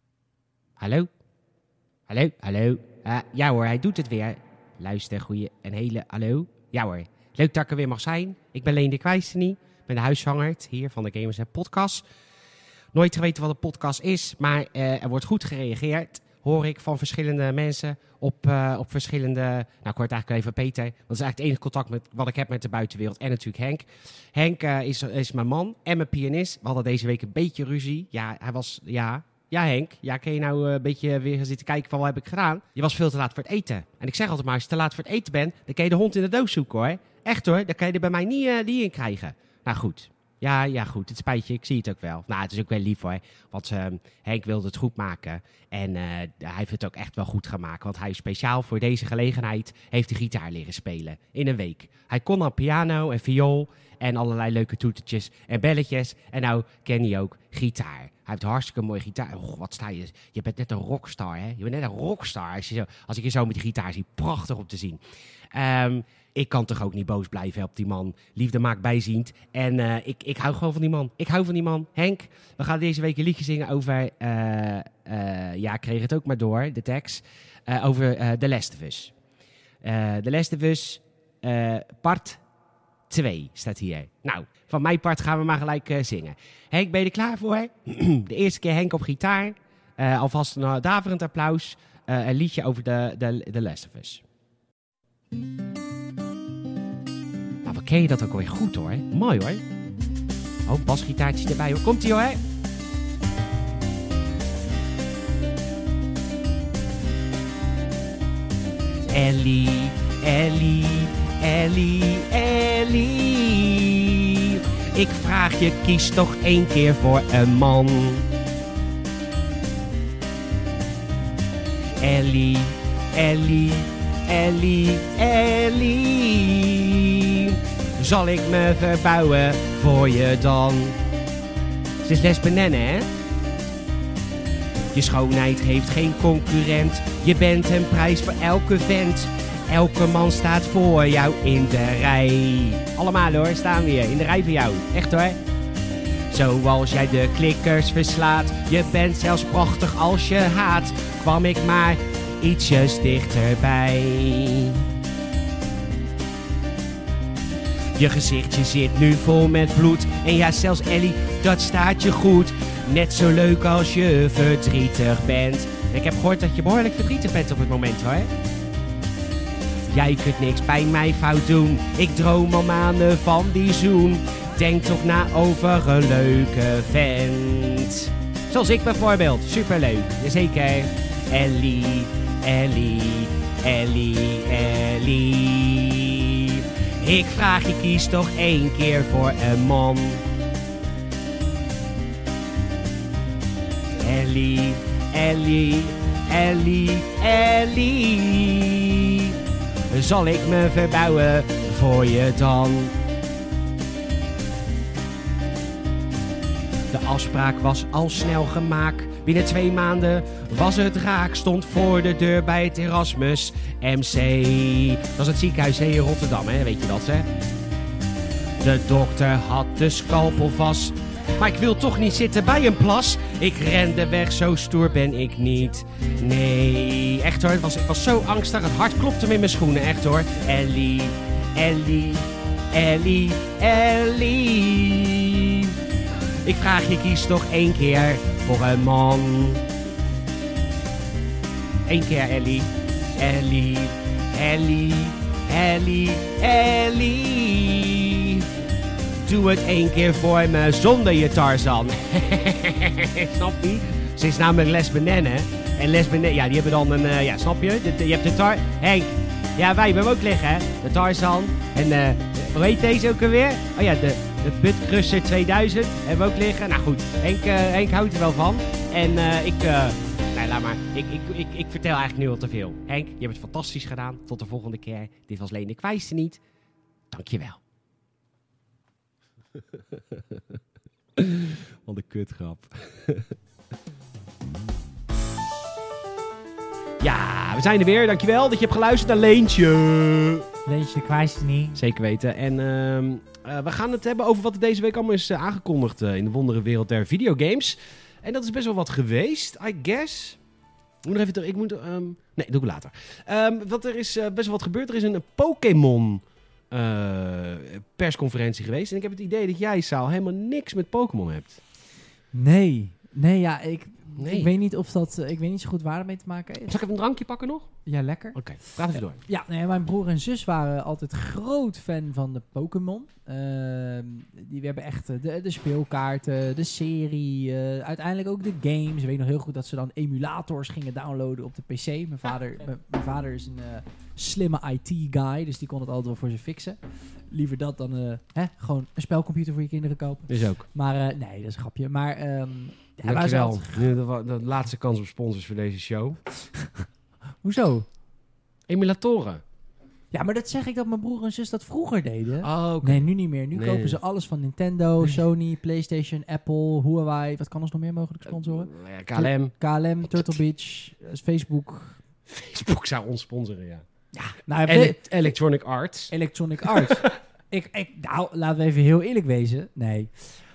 Hallo? Hallo? Hallo? Uh, ja hoor, hij doet het weer. Luister, goeie en hele hallo. Ja hoor, leuk dat ik er weer mag zijn. Ik ben Leen de Kwijstenie. Ik ben de huiszanger hier van de Gamers en Podcast. Nooit geweten wat een podcast is, maar uh, er wordt goed gereageerd. Hoor ik van verschillende mensen op, uh, op verschillende... Nou, ik hoor het eigenlijk even Peter. Dat is eigenlijk het enige contact met, wat ik heb met de buitenwereld. En natuurlijk Henk. Henk uh, is, is mijn man en mijn pianist. We hadden deze week een beetje ruzie. Ja, hij was... Ja, ja Henk. Ja, kun je nou uh, een beetje weer gaan zitten kijken van wat heb ik gedaan? Je was veel te laat voor het eten. En ik zeg altijd maar, als je te laat voor het eten bent... dan kun je de hond in de doos zoeken hoor. Echt hoor, dan kan je er bij mij niet, uh, niet in krijgen. Nou goed. Ja, ja, goed. Het spijt je. Ik zie het ook wel. Nou, het is ook wel lief hoor. Want uh, Henk wilde het goed maken. En uh, hij heeft het ook echt wel goed gemaakt. Want hij is speciaal voor deze gelegenheid heeft hij gitaar leren spelen. In een week. Hij kon al piano en viool. En allerlei leuke toetertjes en belletjes. En nou ken hij ook gitaar. Hij heeft hartstikke mooie gitaar. Oh, wat sta je... Je bent net een rockstar, hè? Je bent net een rockstar. Als, je zo, als ik je zo met die gitaar zie. Prachtig om te zien. Um, Ik kan toch ook niet boos blijven op die man. Liefde maakt bijziend. En uh, ik, ik hou gewoon van die man. Ik hou van die man. Henk, we gaan deze week een liedje zingen over... Uh, uh, ja, ik kreeg het ook maar door, de tekst. Uh, over uh, The Last of Us. Uh, The Last of Us uh, part twee staat hier. Nou, van mijn part gaan we maar gelijk uh, zingen. Henk, ben je er klaar voor? De eerste keer Henk op gitaar. Uh, alvast een uh, daverend applaus. Uh, een liedje over The, the, the Last of Us. Nou, wat ken je dat ook alweer goed hoor. Mooi hoor. Oh, basgitaartje erbij hoor. Komt-ie hoor. Ellie, Ellie, Ellie, Ellie. Ik vraag je, kies toch één keer voor een man. Ellie, Ellie, Ellie, Ellie. Zal ik me verbouwen voor je dan? Ze is lesbienne, hè? Je schoonheid heeft geen concurrent. Je bent een prijs voor elke vent. Elke man staat voor jou in de rij. Allemaal hoor, staan we hier in de rij voor jou. Echt hoor. Zoals jij de klikkers verslaat. Je bent zelfs prachtig als je haat. Kwam ik maar ietsjes dichterbij. Je gezichtje zit nu vol met bloed. En ja, zelfs Ellie, dat staat je goed. Net zo leuk als je verdrietig bent. Ik heb gehoord dat je behoorlijk verdrietig bent op het moment hoor. Jij kunt niks bij mij fout doen. Ik droom al maanden van die zoen. Denk toch na over een leuke vent. Zoals ik bijvoorbeeld. Superleuk. Jazeker. Ellie, Ellie, Ellie, Ellie. Ik vraag je, kies toch één keer voor een man. Ellie, Ellie, Ellie, Ellie. Zal ik me verbouwen voor je dan? De afspraak was al snel gemaakt. Binnen twee maanden was het raak. Stond voor de deur bij het Erasmus M C. Dat is het ziekenhuis in Rotterdam, hè? Weet je dat, hè? De dokter had de scalpel vast. Maar ik wil toch niet zitten bij een plas. Ik rende weg, zo stoer ben ik niet. Nee, echt hoor. Het was, ik was zo angstig. Het hart klopte me in mijn schoenen, echt hoor. Ellie, Ellie, Ellie, Ellie. Ik vraag je, kies toch één keer voor een man. Eén keer Ellie, Ellie, Ellie, Ellie, Ellie. Doe het één keer voor me zonder je Tarzan. Snap je? Ze is namelijk lesbienne. En lesbienne, ja, die hebben dan een, uh, ja, snap je? De, de, je hebt de Tar... Henk, ja, wij hebben hem ook liggen, hè? De Tarzan. En, uh, hoe heet deze ook alweer? Oh ja, de, de Budcrusher tweeduizend hebben we ook liggen. Nou goed, Henk, uh, Henk houdt er wel van. En uh, ik... Uh, nee, laat maar. Ik, ik, ik, ik vertel eigenlijk nu al te veel. Henk, je hebt het fantastisch gedaan. Tot de volgende keer. Dit was Leen, ik wijs niet. Dankjewel. Wat een kutgrap. Ja, we zijn er weer. Dankjewel dat je hebt geluisterd naar Leentje. Leentje, ik wijs het niet. Zeker weten. En uh, uh, we gaan het hebben over wat er deze week allemaal is uh, aangekondigd uh, in de wondere wereld der videogames. En dat is best wel wat geweest, I guess. Ik moet nog even... Ik moet, um, nee, doe ik later. Um, wat er is uh, best wel wat gebeurd. Er is een Pokémon uh, persconferentie geweest. En ik heb het idee dat jij, Saal, helemaal niks met Pokémon hebt. Nee. Nee, ja, ik... Nee. Ik weet niet of dat... uh, Ik weet niet zo goed waar het mee te maken heeft. Zal ik even een drankje pakken nog? Ja, lekker. Oké, praat even door. Ja, nee, mijn broer en zus waren altijd groot fan van de Pokémon. Uh, die we hebben echt uh, de, de speelkaarten, de serie, uh, uiteindelijk ook de games. Ik weet nog heel goed dat ze dan emulators gingen downloaden op de P C. Mijn vader, Ja, mijn, mijn vader is een uh, slimme I T-guy, dus die kon het altijd wel voor ze fixen. Liever dat dan uh, hè, gewoon een spelcomputer voor je kinderen kopen. Is ook. Maar uh, nee, dat is een grapje. Maar um, ja, Dankjewel. altijd... Nu de, de laatste kans op sponsors voor deze show. Hoezo? Emulatoren. Ja, maar dat zeg ik dat mijn broer en zus dat vroeger deden. Oh, oké. Nee, nu niet meer. Nu Nee. kopen ze alles van Nintendo, Sony, PlayStation, Apple, Huawei. Wat kan ons nog meer mogelijk sponsoren? Ja, K L M. K L M, Turtle Beach, uh, Facebook. Facebook zou ons sponsoren, ja. Nou, Ele- Ele- Electronic Arts. Electronic Arts. ik, ik, nou, laten we even heel eerlijk wezen. Nee.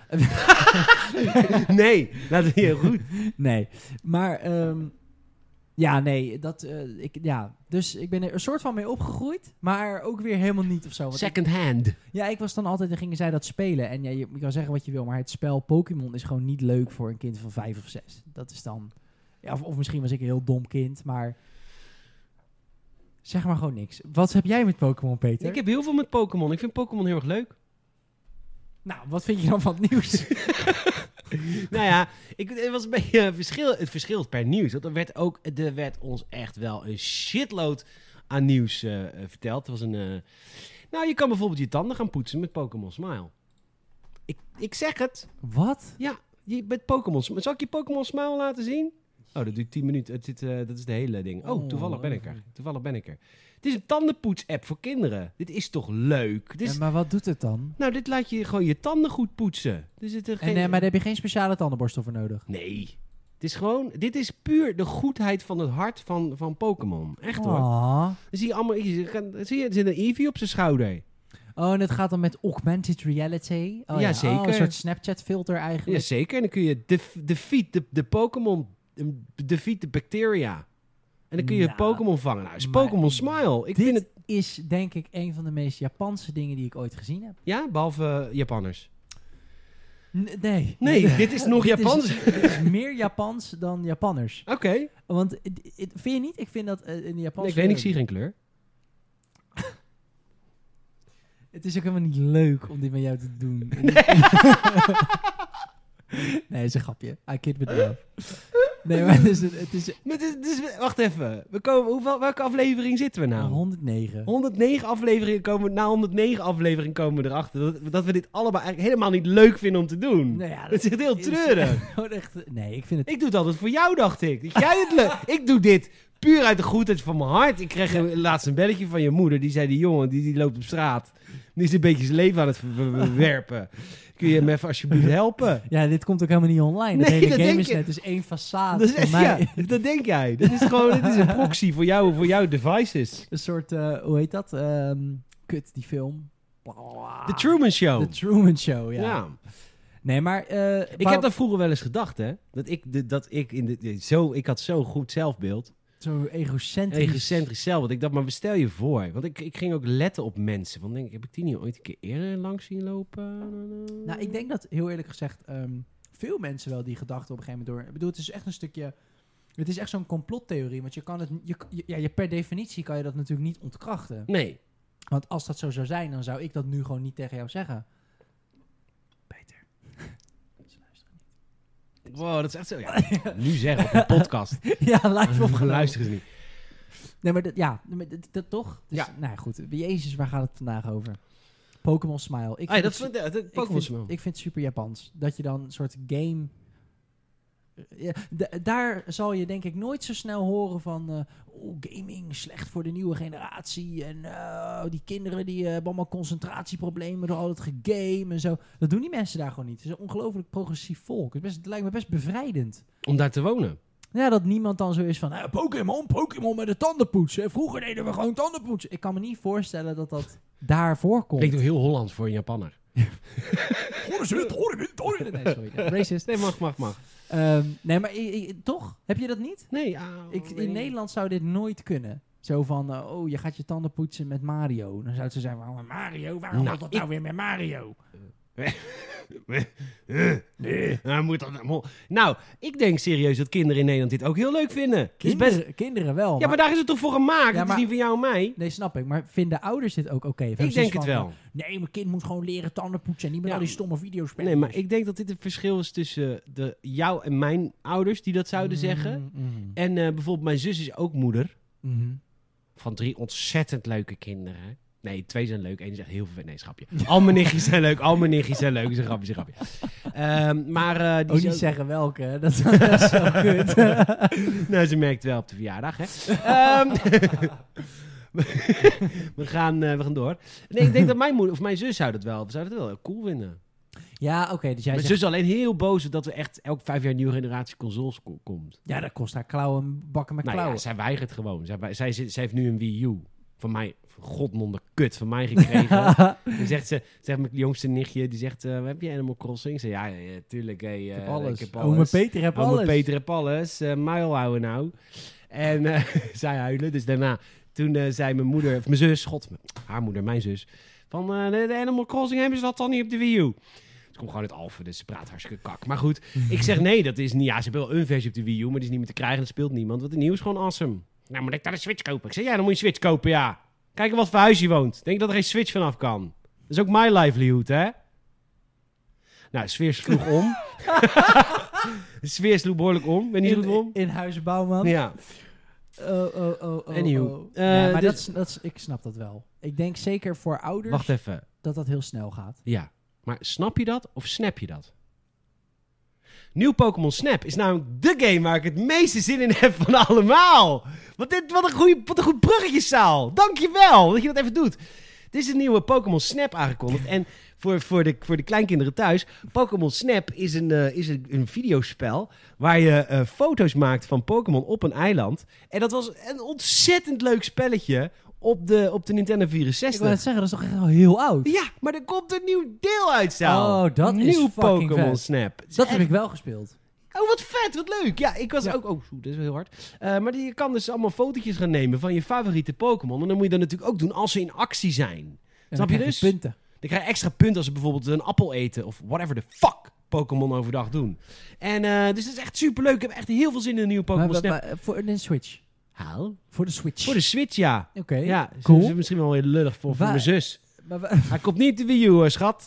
Nee, dat is heel goed. Nee. Maar, um, ja, nee. Dat, uh, ik, ja. Dus ik ben er een soort van mee opgegroeid. Maar ook weer helemaal niet of zo. Want ik- Second hand. Ja, ik was dan altijd, dan gingen zij dat spelen. En ja, je, je kan zeggen wat je wil, maar het spel Pokémon is gewoon niet leuk voor een kind van vijf of zes. Dat is dan... Ja, of, of misschien was ik een heel dom kind, maar... Zeg maar gewoon niks. Wat heb jij met Pokémon, Peter? Ik heb heel veel met Pokémon. Ik vind Pokémon heel erg leuk. Nou, wat vind je dan van het nieuws? Nou ja, ik, het was een beetje uh, verschil, het verschilt per nieuws. Want er werd, ook, er werd ons echt wel een shitload aan nieuws uh, uh, verteld. Het was een... Uh, nou, je kan bijvoorbeeld je tanden gaan poetsen met Pokémon Smile. Ik, ik zeg het. Wat? Ja, je, met Pokémon Smile. Zal ik je Pokémon Smile laten zien? Oh, dat duurt tien minuten. Het zit, uh, dat is de hele ding. Oh, Oh, toevallig ben ik oké. er. Toevallig ben ik er. Het is een tandenpoets-app voor kinderen. Dit is toch leuk? Dit is, Ja, maar wat doet het dan? Nou, dit laat je gewoon je tanden goed poetsen. Er zit er geen... En, uh, maar daar heb je geen speciale tandenborstel voor nodig. Nee. Het is gewoon... Dit is puur de goedheid van het hart van, van Pokémon. Echt hoor. Oh. Dan zie je allemaal... Je, zie je, er zit een Eevee op zijn schouder. Oh, en het gaat dan met augmented reality? Oh, Ja, zeker. Oh, een soort Snapchat-filter eigenlijk. Jazeker. En dan kun je def, defeat de, de Pokémon... Defeat de bacteria. En dan kun je Nou, Pokémon vangen. Nou, is maar Pokémon Smile. Ik Dit vind het... is denk ik een van de meest Japanse dingen die ik ooit gezien heb. Ja, behalve uh, Japanners. N- nee. Nee, dit is nog Dit Japans. Is, dit is meer Japans dan Japanners. Oké. Okay. Want, het- het- vind je niet? Ik vind dat uh, in de Japanse... Nee, ik weet niet, ik zie geen kleur. Het is ook helemaal niet leuk om dit met jou te doen. Nee, het is een grapje. I kid with love. Nee, maar het is... Het is Maar het is, het is- wacht even. We komen, hoeveel, welke aflevering zitten we nou? honderdnegen. honderdnegen afleveringen komen... Na honderdnegen afleveringen komen we erachter... Dat, dat we dit allebei eigenlijk helemaal niet leuk vinden om te doen. Nou ja, dat is echt heel is- treurig. gewoon echt, nee, ik vind het... Ik doe het altijd voor jou, dacht ik. Dat jij het leuk... Ik doe dit puur uit de goedheid van mijn hart. Ik kreeg een, laatst een belletje van je moeder. Die zei, die jongen, die, die loopt op straat. Die is een beetje zijn leven aan het ver- ver- verwerpen. Kun je hem even alsjeblieft helpen? Ja, dit komt ook helemaal niet online. Nee, Het hele dat denk Gamersnet je. is één façade Dat is van echt, mij. ja, dat denk jij. Dat is gewoon dit is een proxy voor, jou, voor jouw devices. Een soort, uh, hoe heet dat? Um, kut, die film. The Truman Show. The Truman Show, ja. Ja. Nee, maar... Uh, Ik waar- heb dat vroeger wel eens gedacht, hè. Dat ik, de, dat ik, in de, zo, ik had zo'n goed zelfbeeld. Zo egocentrisch. Egocentrisch zelfbeeld. Ik dacht, maar stel je voor. Want ik, ik ging ook letten op mensen. Want denk ik, heb ik die niet ooit een keer eerder langs zien lopen? Nou, ik denk dat, heel eerlijk gezegd, um, veel mensen wel die gedachten op een gegeven moment door... Ik bedoel, het is echt een stukje... Het is echt zo'n complottheorie, want je kan het... Je, je, ja, je, per definitie kan je dat natuurlijk niet ontkrachten. Nee. Want als dat zo zou zijn, dan zou ik dat nu gewoon niet tegen jou zeggen. Peter. Ze luisteren niet. Wow, dat is echt zo. Ja, nu zeggen op een podcast. Ja, live Of opgenomen. luisteren ze niet. Nee, maar dat, ja, maar dat, dat toch? Dus, Ja. Nou ja, goed. Jezus, waar gaat het vandaag over? Pokémon Smile. Ik Ah, ja, vind dat is het, de, de, de ik Pokémon vind, Smile. ik vind het super Japans. Dat je dan een soort game... Ja, d- daar zal je denk ik nooit zo snel horen van... eh oh, gaming, slecht voor de nieuwe generatie. En eh, die kinderen die eh, hebben allemaal concentratieproblemen door al het gegame en zo. Dat doen die mensen daar gewoon niet. Het is een ongelooflijk progressief volk. Het, is best, het lijkt me best bevrijdend. Om daar te wonen. Ja, dat niemand dan zo is van... eh, Pokémon, Pokémon met de tandenpoetsen. Vroeger deden we gewoon tandenpoetsen. Ik kan me niet voorstellen dat dat daar voorkomt. Klinkt ook heel Hollands voor een Japanner. Nee, sorry. Racist. Nee, mag, mag, mag. Um, nee, maar i- i- toch? Heb je dat niet? Nee, ah, Ik, weet in ik Nederland zou dit nooit kunnen. Zo van, uh, oh, je gaat je tanden poetsen met Mario. Dan zou het zo zijn, waarom met Mario? Waarom Nou, moet dat ik- nou weer met Mario? Nee. Nou, moet dat, nou, ik denk serieus dat kinderen in Nederland dit ook heel leuk vinden. Het is Kinderen, best, kinderen wel. ja, maar daar is het toch voor gemaakt? Ja, Het maar- is niet van jou en mij. Nee, snap ik. Maar vinden ouders dit ook oké? Ik denk het wel. Nee, mijn kind moet gewoon leren tanden poetsen. En niet met Ja. al die stomme videospellen. Nee, maar ik denk dat dit een verschil is tussen de, jou en mijn ouders die dat zouden zeggen. Mm, En uh, bijvoorbeeld mijn zus is ook moeder mm. van drie ontzettend leuke kinderen. Nee, twee zijn leuk. Eén is echt heel veel. Nee, schapje. Al mijn nichtjes zijn leuk. Al mijn nichtjes zijn leuk. Is een grapje, is een grapje. Um, maar uh, die Ook is niet ook- zeggen welke. hè? Dat is, dat is zo kut. Nou, ze merkt wel op de verjaardag, hè. Ehm, we, gaan, uh, we gaan door. Nee, ik denk dat mijn moeder of mijn zus zou dat wel, zou dat wel heel cool vinden. Ja, oké. dus jij Mijn zegt, zus is alleen heel boos dat er echt elk vijf jaar een nieuwe generatie consoles ko- komt. ja, dat kost haar klauwen bakken met Nou ja, klauwen. zij weigert gewoon. Zij, zij, zij, zij heeft nu een Wii U. Van mij, godmonde kut, van mij gekregen. Dan zegt ze, zegt mijn jongste nichtje, die zegt, uh, heb je Animal Crossing? Ze ja, ja, tuurlijk. Hey, uh, Ik heb alles. Ik heb Ome alles. Peter heb Ome alles. Peter heb alles. Uh, muil houden nou. En uh, zij huilen. Dus daarna, toen uh, zei mijn moeder, of mijn zus, god, haar moeder, mijn zus, van uh, de, de Animal Crossing hebben ze dat dan niet op de Wii U? Het komt gewoon uit Alphen, dus ze praat hartstikke kak. Maar goed, ik zeg nee, dat is niet, ja, ze hebben wel een versie op de Wii U, maar die is niet meer te krijgen, dat speelt niemand, want de nieuw is gewoon awesome. Nou, moet ik dan een Switch kopen? Ik zeg, ja, dan moet je een Switch kopen, ja. Kijk wat voor huis je woont. Denk dat er geen Switch vanaf kan. Dat is ook my livelihood, hè? Nou, de sfeer sloeg om. De sfeer sloeg behoorlijk om. Ben je niet in, goed om? in Huizen Bouwman. Ja. Oh, oh, oh, oh. Anyhow. oh. Uh, ja, maar dus- dat is, dat is, ik snap dat wel. Ik denk zeker voor ouders Wacht even. dat dat heel snel gaat. Ja. Maar snap je dat of snap je dat? Nieuw Pokémon Snap is namelijk de game waar ik het meeste zin in heb van allemaal. Wat, dit, wat, een, goeie, wat een goed bruggetje, Saal. Dankjewel dat je dat even doet. Dit is een nieuwe Pokémon Snap aangekondigd. En voor, voor, de, voor de kleinkinderen thuis, Pokémon Snap is een, uh, is een, een videospel waar je uh, foto's maakt van Pokémon op een eiland. En dat was een ontzettend leuk spelletje op de, op de Nintendo vierenzestig. Ik wil net zeggen, dat is toch echt al heel oud? Ja, maar er komt een nieuw deel uit, Saal. Oh, dat is Nieuw fucking Pokémon vet. Snap. Het is Dat echt- heb ik wel gespeeld. Oh, wat vet, wat leuk. Ja, ik was Ja. ook... Oh, zo, dat is wel heel hard. Uh, maar je kan dus allemaal fotootjes gaan nemen van je favoriete Pokémon. En dan moet je dat natuurlijk ook doen als ze in actie zijn. En Snap dan je krijg dus? punten. Dan krijg je extra punten als ze bijvoorbeeld een appel eten. Of whatever the fuck Pokémon overdag doen. En uh, dus dat is echt superleuk. Ik heb echt heel veel zin in een nieuwe Pokémon Maar, Snap. maar, maar, voor de Switch. Haal? Voor de Switch. Voor de Switch, ja. Oké, Ja, cool. Ze is misschien wel heel lullig voor, voor Waar- mijn zus. Maar, wa- Hij komt niet de Wii U, hoor, schat.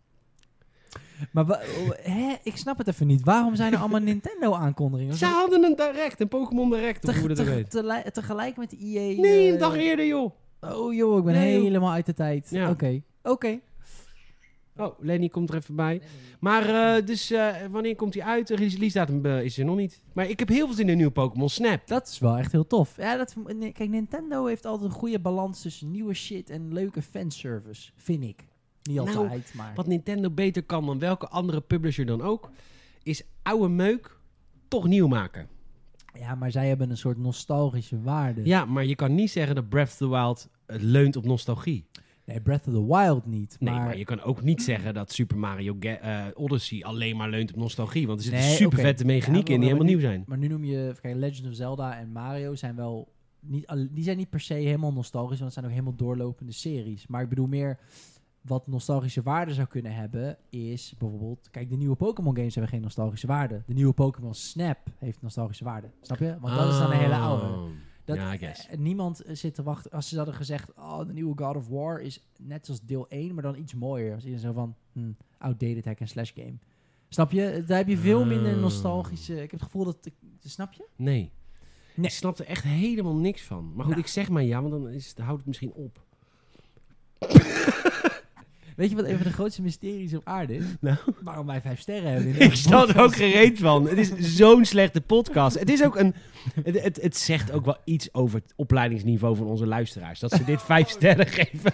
maar wa- hè? Ik snap het even niet. Waarom zijn er allemaal Nintendo-aankondigingen? Ze hadden een direct, een Pokémon direct, of hoe je dat Teg- weet. teg- tegelijk met de I A... Nee, eh, een dag eerder, joh. Oh joh, ik ben Nee, joh. helemaal uit de tijd. Ja. Oké, oké. Oh, Lenny komt er even bij. Maar uh, dus uh, wanneer komt hij uit? De release datum uh, is er nog niet. Maar ik heb heel veel zin in een nieuwe Pokémon Snap. Dat is wel echt heel tof. Ja, dat, nee, kijk, Nintendo heeft altijd een goede balans tussen nieuwe shit en leuke fanservice. Vind ik. Niet Nou, altijd, maar... Wat Nintendo beter kan dan welke andere publisher dan ook, is oude meuk toch nieuw maken. Ja, maar zij hebben een soort nostalgische waarde. Ja, maar je kan niet zeggen dat Breath of the Wild uh, leunt op nostalgie. Nee, Breath of the Wild niet. Nee, maar, maar je kan ook niet zeggen dat Super Mario Ga- uh, Odyssey alleen maar leunt op nostalgie. Want er zitten Nee, super oké. vette mechanieken Ja, in die maar- helemaal nieuw zijn. Maar nu noem je... Kijk, Legend of Zelda en Mario zijn wel... Niet, al- die zijn niet per se helemaal nostalgisch, want het zijn ook helemaal doorlopende series. Maar ik bedoel meer... Wat nostalgische waarde zou kunnen hebben, is bijvoorbeeld... Kijk, de nieuwe Pokémon games hebben geen nostalgische waarde. De nieuwe Pokémon Snap heeft nostalgische waarde. Snap je? Want dat is dan een hele oude. Oh. Dat, Ja, I guess. eh, niemand eh, zit te wachten. Als ze hadden gezegd, oh, de nieuwe God of War is net als deel één, maar dan iets mooier. Als je zo van, hm, outdated hack and slash game. Snap je? Daar heb je veel minder Ah. nostalgische... Ik heb het gevoel dat... Snap je? Nee. Nee. Ik snap er echt helemaal niks van. Maar goed, Nou. ik zeg maar ja, want dan is het, houdt het misschien op. Weet je wat een van de grootste mysteries op aarde is? Nou. Waarom wij vijf sterren hebben. in Ik deze snap er podcast. ook gereed van. Het is zo'n slechte podcast. Het is ook een... Het, het, het zegt ook wel iets over het opleidingsniveau van onze luisteraars. Dat ze dit vijf sterren geven.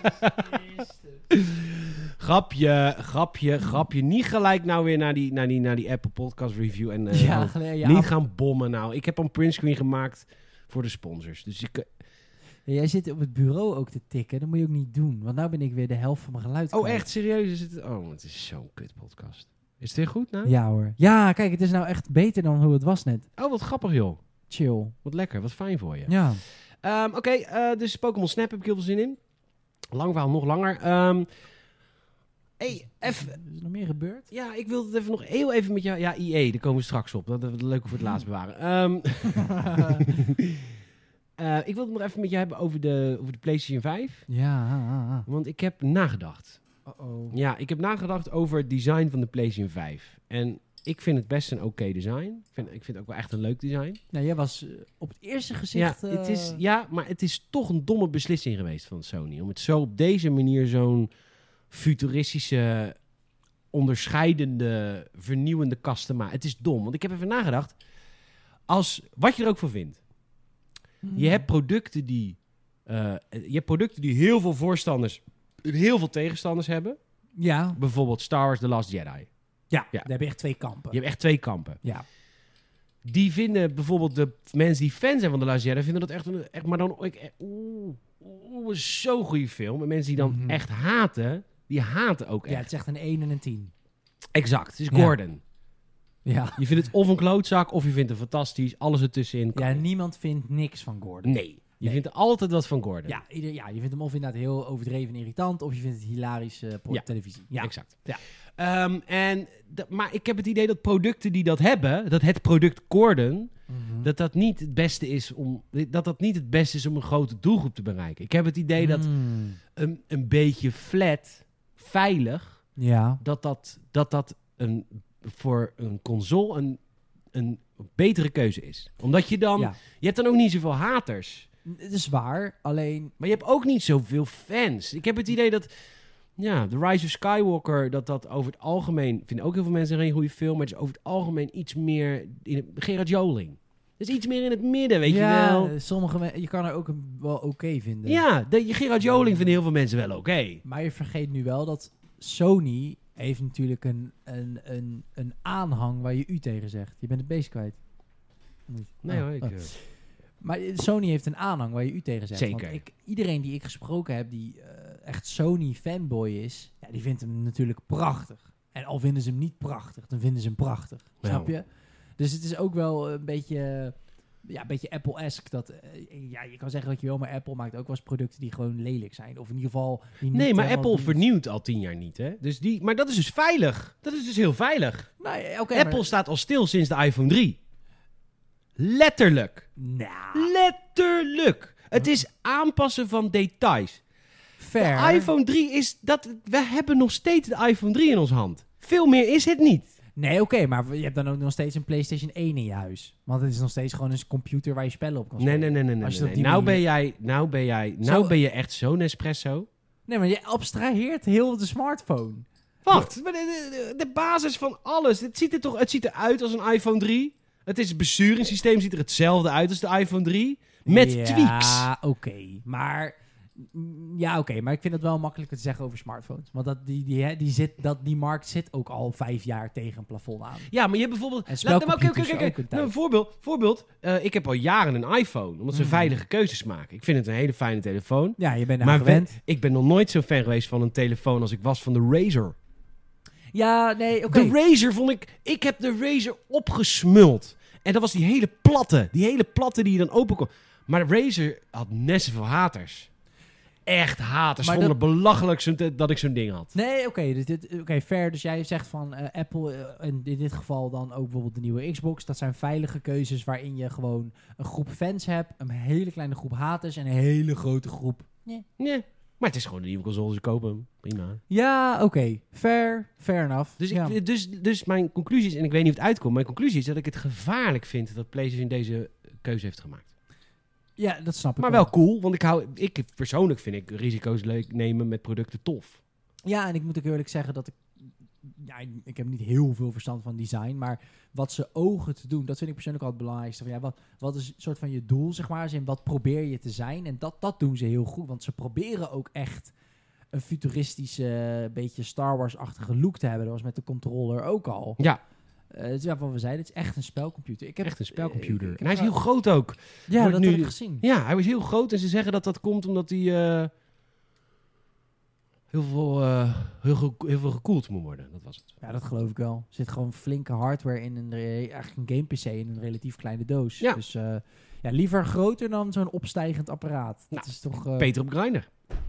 Grapje, grapje, grapje. Niet gelijk nou weer naar die, naar die, naar die Apple Podcast Review. En, uh, Ja, gele- ja, niet af- gaan bommen nou. Ik heb een printscreen gemaakt voor de sponsors. Dus ik... Jij zit op het bureau ook te tikken. Dat moet je ook niet doen. Want nou ben ik weer de helft van mijn geluid Oh, kwijt. echt? Serieus? Is het... Oh, het is zo'n kut podcast. Is het weer goed nou? Ja hoor. Ja, kijk, het is nou echt beter dan hoe het was net. Oh, wat grappig joh. Chill. Wat lekker, wat fijn voor je. Ja. Ehm, Oké, eh, dus Pokémon Snap heb ik heel veel zin in. Lang verhaal, nog langer. Ehm hey, even... Is er nog meer gebeurd? Ja, ik wilde het even nog heel even met jou... Ja, I E, daar komen we straks op. Dat is leuk om voor het laatst bewaren. Ehm uh, ik wilde het nog even met je hebben over de, over de PlayStation vijf. Ja. ah, ah. Want ik heb nagedacht. Uh-oh. Ja, ik heb nagedacht over het design van de PlayStation vijf. En ik vind het best een oké design. Ik vind, ik vind het ook wel echt een leuk design. Nou, jij was eh, op het eerste gezicht... Ja, eh, het is, ja, maar het is toch een domme beslissing geweest van Sony. Om het zo op deze manier zo'n futuristische, onderscheidende, vernieuwende kast te maken. Het is dom, want ik heb even nagedacht. Als, wat je er ook van vindt. Hmm. Je hebt producten die, uh, je hebt producten die heel veel voorstanders en heel veel tegenstanders hebben. Ja. Bijvoorbeeld Star Wars The Last Jedi. Ja, Ja. daar heb je echt twee kampen. Je hebt echt twee kampen. Ja. Die vinden bijvoorbeeld de mensen die fan zijn van The Last Jedi, vinden dat echt, een, echt maar dan, ik, oeh, oeh, zo'n goede film. En mensen die dan Mhm. echt haten, die haten ook Ja, echt. het is echt een één en een tien. Exact, het is Ja. Gordon. Ja. Je vindt het of een klootzak, of je vindt het fantastisch, alles ertussenin. Ja, niemand vindt niks van Gordon. Nee, je Nee. vindt er altijd wat van Gordon. Ja, ieder, ja, je vindt hem of inderdaad heel overdreven en irritant, of je vindt het hilarisch eh, op Ja. televisie. Ja. Exact. Ja. Ehm, en d- maar ik heb het idee dat producten die dat hebben, dat het product Gordon, Mhm. dat dat niet het beste is om, dat dat niet het beste is om een grote doelgroep te bereiken. Ik heb het idee dat Mm. een, een beetje flat, veilig, Ja. dat dat, dat, dat een, voor een console een, een betere keuze is. Omdat je dan, ja. je hebt dan ook niet zoveel haters. Het is waar, alleen... Maar je hebt ook niet zoveel fans. Ik heb het idee dat Ja, The Rise of Skywalker, dat dat over het algemeen... vinden ook heel veel mensen geen goede film, maar het is over het algemeen iets meer... In het, Gerard Joling. Het is iets meer in het midden, weet ja, je wel. Sommige me- je kan er ook een, wel oké vinden. Ja, de, Gerard Joling vinden heel veel mensen wel oké. Okay. Maar je vergeet nu wel dat Sony heeft natuurlijk een, een, een, een aanhang waar je u tegen zegt. Je bent het beest kwijt. Niet? Nee Oh, hoor, ik... oh. uh, Maar Sony heeft een aanhang waar je u tegen zegt. Zeker. Want ik, iedereen die ik gesproken heb die uh, echt Sony fanboy is, ja, die vindt hem natuurlijk prachtig. En al vinden ze hem niet prachtig, dan vinden ze hem prachtig. Nou. Snap je? Dus het is ook wel een beetje, ja, een beetje Apple-esque. Dat, uh, ja, je kan zeggen wat je wil, maar Apple maakt ook wel eens producten die gewoon lelijk zijn. Of in ieder geval... Die niet Nee, maar helemaal Apple doen. vernieuwt al tien jaar niet, hè? Dus die, maar dat is dus veilig. Dat is dus heel veilig. Nee, oké, Apple maar- staat al stil sinds de iPhone drie. Letterlijk. Nou, Letterlijk. Het is aanpassen van details. fair. De iPhone drie is... Dat, we hebben nog steeds de iPhone drie in onze hand. Veel meer is het niet. Nee, oké, maar je hebt dan ook nog steeds een PlayStation één in je huis. Want het is nog steeds gewoon een computer waar je spellen op kan Nee, spelen. nee, nee, nee. Als je nee, het nee. op die Nou ben manier- jij... Nou ben jij... Nou Zo- ben je echt zo'n espresso. Nee, maar je abstraheert heel de smartphone. Wacht. maar De, de, de basis van alles. Het ziet er toch... Het ziet eruit als een iPhone drie. Het is het besturingssysteem ziet er hetzelfde uit als de iPhone drie. Met ja, tweaks. Ja, oké. Maar... mm, Ja, oké. maar ik vind het wel makkelijker te zeggen over smartphones. Want dat, die, die, hè, die, zit, dat, die markt zit ook al vijf jaar tegen een plafond aan. Ja, maar je hebt bijvoorbeeld... En Laat- nou, oké, oké, spelcomputers oké, ook oké. een Nou, tijd. een voorbeeld. voorbeeld uh, ik heb al jaren een iPhone. Omdat ze Mm. veilige keuzes maken. Ik vind het een hele fijne telefoon. Ja, je bent Maar daar gewend. we- ik ben nog nooit zo fan geweest van een telefoon als ik was van de Razer. Ja, nee, oké. De Razer vond ik... Ik heb de Razer opgesmuld. En dat was die hele platte. Die hele platte die je dan open kon. Maar de Razer had net zoveel haters. Echt haters. Maar Vonden dat- het belachelijk zo'n te- dat ik zo'n ding had. Nee, oké, dus dit- oké, fair. Dus jij zegt van eh, Apple, eh, en in dit geval dan ook bijvoorbeeld de nieuwe Xbox. Dat zijn veilige keuzes waarin je gewoon een groep fans hebt, een hele kleine groep haters en een hele grote groep. Nee. Maar het is gewoon een nieuwe console. Ze kopen hem. Prima. Ja, oké, fair, fair enough. Dus, ja. ik, dus, dus mijn conclusie is, en ik weet niet of het uitkomt, mijn conclusie is dat ik het gevaarlijk vind dat PlayStation deze keuze heeft gemaakt. ja, dat snap ik Maar wel cool, want ik hou, ik persoonlijk vind ik risico's leuk nemen met producten tof. Ja, en ik moet ook eerlijk zeggen dat ik... Ja, ik heb niet heel veel verstand van design, maar wat ze ogen te doen, dat vind ik persoonlijk al het belangrijkste. Van, ja, wat, wat is een soort van je doel, zeg maar, als in wat probeer je te zijn? En dat, dat doen ze heel goed, want ze proberen ook echt een futuristische, beetje Star Wars-achtige look te hebben. Dat was met de controller ook al. Ja, Uh, dus ja, wat we zeiden, het is echt een spelcomputer. Ik heb, echt een spelcomputer. ik- ik en hij is heb- heel groot ook. Ja, wordt dat nu- heb ik gezien. Ja, hij was heel groot en ze zeggen dat dat komt omdat hij uh, heel, veel, uh, heel, ge- heel veel gekoeld moet worden. Dat was het. Ja, dat geloof ik wel. Er zit gewoon flinke hardware in, een, re- eigenlijk een game P C in een relatief kleine doos. Ja. Dus uh, ja, liever groter dan zo'n opstijgend apparaat. Dat Nou, is toch... Uh, Peter op Grindr.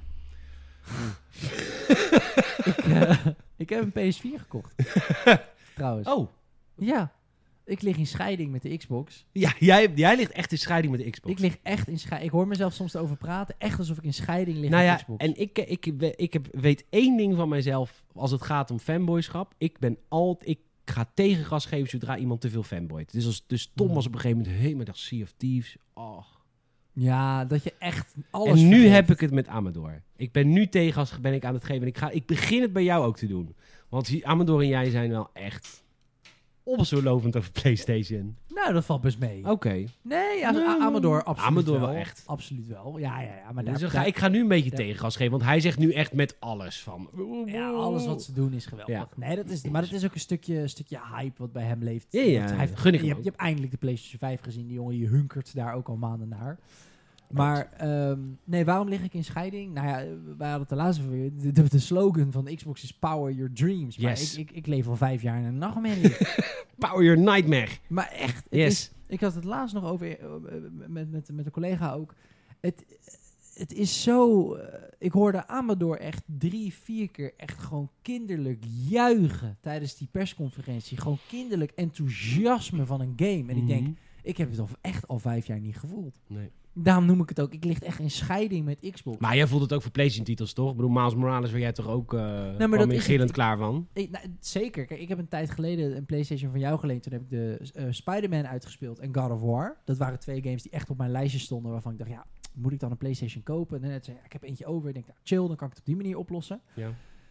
ik, uh, ik heb een P S vier gekocht. Trouwens. Oh, Ja. Ik lig in scheiding met de Xbox. ja, jij, jij ligt echt in scheiding met de Xbox. Ik lig echt in scheiding. Ik hoor mezelf soms erover praten. Echt alsof ik in scheiding lig Nou met ja, Xbox. en ik, ik, ik, ik heb, weet één ding van mijzelf als het gaat om fanboyschap. Ik ben altijd, ik ga tegengas geven zodra iemand te veel fanboyt. Dus, als, dus Tom Mm. was op een gegeven moment helemaal dacht Sea of Thieves. Oh. Ja, dat je echt alles En nu vergeet. heb ik het met Amador. Ik ben nu tegengas ben ik aan het geven. En ik, ga, ik begin het bij jou ook te doen. Want Amador en jij zijn wel echt opzolovend over PlayStation. Nou, dat valt best mee. Oké. Nee, ja, Nee. A- Amador absoluut Amador wel. wel echt. Absoluut wel. Ja, ja, ja. Maar Dus daar, dan ga, daar- ik ga nu een beetje daar- tegengas geven. Want hij zegt nu echt met alles van... ja, alles wat ze doen is geweldig. Ja. Nee, dat is, maar dat is ook een stukje, stukje hype wat bij hem leeft. Ja, ja, Want hij heeft, gun ik je, hem hebt, ook. je hebt eindelijk de PlayStation vijf gezien. Die jongen, je hunkert daar ook al maanden naar. Maar, ehm, nee, waarom lig ik in scheiding? Nou ja, wij hadden het de laatste weer. De, de, de slogan van de Xbox is Power Your Dreams. Maar Yes. ik, ik, ik leef al vijf jaar in een nachtmerrie. Power your nightmare. Maar echt, het Yes. is, ik had het laatst nog over, eh, met, met, met een collega ook. Het, het is zo... eh, ik hoorde Amador echt drie, vier keer echt gewoon kinderlijk juichen tijdens die persconferentie. Gewoon kinderlijk enthousiasme van een game. En ik denk, Mhm. ik heb het al, echt al vijf jaar niet gevoeld. Nee. Daarom noem ik het ook. Ik lig echt in scheiding met Xbox. Maar jij voelt het ook voor PlayStation-titels, toch? Ik bedoel, Miles Morales werd jij toch ook uh, maar kwam dat je is gillend het. klaar van? Ik, nou, zeker. Kijk, ik heb een tijd geleden een PlayStation van jou geleend. Toen heb ik de uh, Spider-Man uitgespeeld en God of War. Dat waren twee games die echt op mijn lijstje stonden. Waarvan ik dacht, ja, moet ik dan een PlayStation kopen? En net zei, ja, ik heb eentje over. Ik denk, nou, chill, dan kan ik het op die manier oplossen. Ja.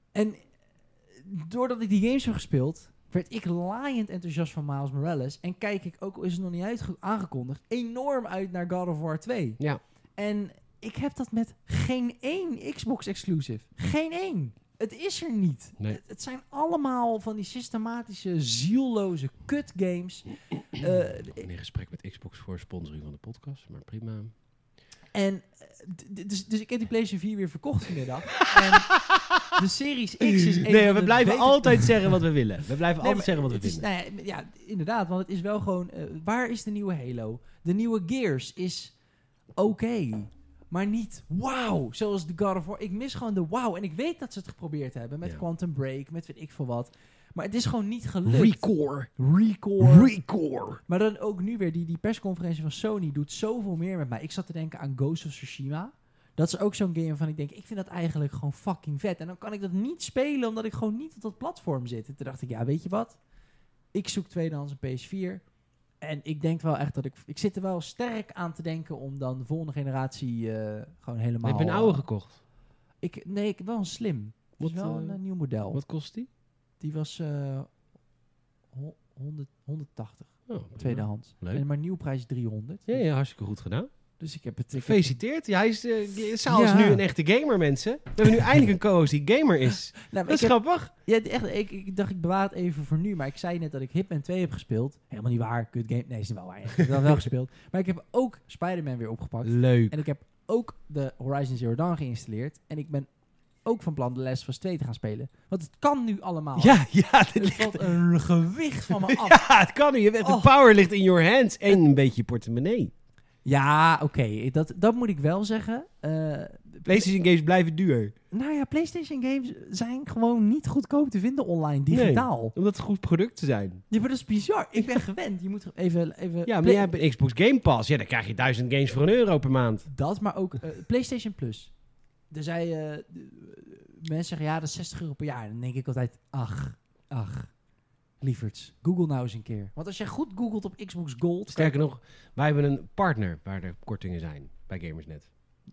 En doordat ik die games heb gespeeld, werd ik laaiend enthousiast van Miles Morales. En kijk ik, ook al is het nog niet uitge- aangekondigd, enorm uit naar God of War twee. Ja. En ik heb dat met geen één Xbox exclusive. Geen één. Het is er niet. Nee. Het, het zijn allemaal van die systematische, zielloze kut games. Uh, In gesprek met Xbox voor sponsoring van de podcast, maar prima. En uh, d- dus, dus ik heb die PlayStation vier weer verkocht vanmiddag. En de Series X is een Nee, van we de blijven beter- altijd zeggen wat we willen. We blijven Nee, altijd zeggen wat we het is, vinden. nou ja, ja, inderdaad, want het is wel gewoon... Uh, waar is de nieuwe Halo? De nieuwe Gears is oké, okay, maar niet wauw, zoals de God of War. Ik mis gewoon de wauw. En ik weet dat ze het geprobeerd hebben met Ja. Quantum Break, met weet ik veel wat. Maar het is gewoon niet gelukt. Recore. Recore. Recore. Maar dan ook nu weer, die, die persconferentie van Sony doet zoveel meer met mij. Ik zat te denken aan Ghost of Tsushima. Dat is ook zo'n game waarvan ik denk, ik vind dat eigenlijk gewoon fucking vet. En dan kan ik dat niet spelen, omdat ik gewoon niet op dat platform zit. En toen dacht ik, ja, weet je wat? Ik zoek tweedehands een P S vier. En ik denk wel echt dat ik... Ik zit er wel sterk aan te denken om dan de volgende generatie uh, gewoon helemaal... Heb je een oude uh, gekocht? ik, nee, ik heb wel een slim. Het is Wat, wel uh, een uh, nieuw model. Wat kost die? Die was uh, honderd, honderdtachtig. Oh, Tweedehands. Leuk. En maar nieuwprijs driehonderd. Ja, ja, hartstikke goed gedaan. Dus ik heb het... Ik heb Gefeliciteerd. Ja, hij is, uh, Saal is Ja. nu een echte gamer, mensen. We hebben nu eindelijk een co-host die gamer is. het, nou, Dat is ik, heb, grappig. ja, echt, ik, ik dacht, ik bewaar het even voor nu. Maar ik zei net dat ik Hitman twee heb gespeeld. Helemaal niet waar. Kut game. Nee, is niet wel waar. Ik heb dat wel gespeeld. Maar ik heb ook Spider-Man weer opgepakt. Leuk. En ik heb ook de Horizon Zero Dawn geïnstalleerd. En ik ben ook van plan de Last of Us twee te gaan spelen. Want het kan nu allemaal. Ja, ja. Dit Het ligt... valt een gewicht van me af. Ja, het kan nu. Je hebt de Oh. power ligt in your hands. En een beetje portemonnee. Ja, oké. Okay. Dat, dat moet ik wel zeggen. Uh, PlayStation games blijven duur. nou ja, PlayStation games zijn gewoon niet goedkoop te vinden online, digitaal. Nee, omdat het goed product te zijn. Ja, maar dat is bizar. Ik ben gewend. Je moet even... even Ja, maar Play- jij hebt een Xbox Game Pass. Ja, dan krijg je duizend games voor een euro per maand. Dat, maar ook uh, PlayStation Plus. Er zei... Uh, mensen zeggen, ja, dat is zestig euro per jaar. Dan denk ik altijd, ach, ach. Lieverds, Google nou eens een keer. Want als jij goed googelt op Xbox Gold... Sterker nog, wij hebben een partner waar er kortingen zijn bij Gamersnet.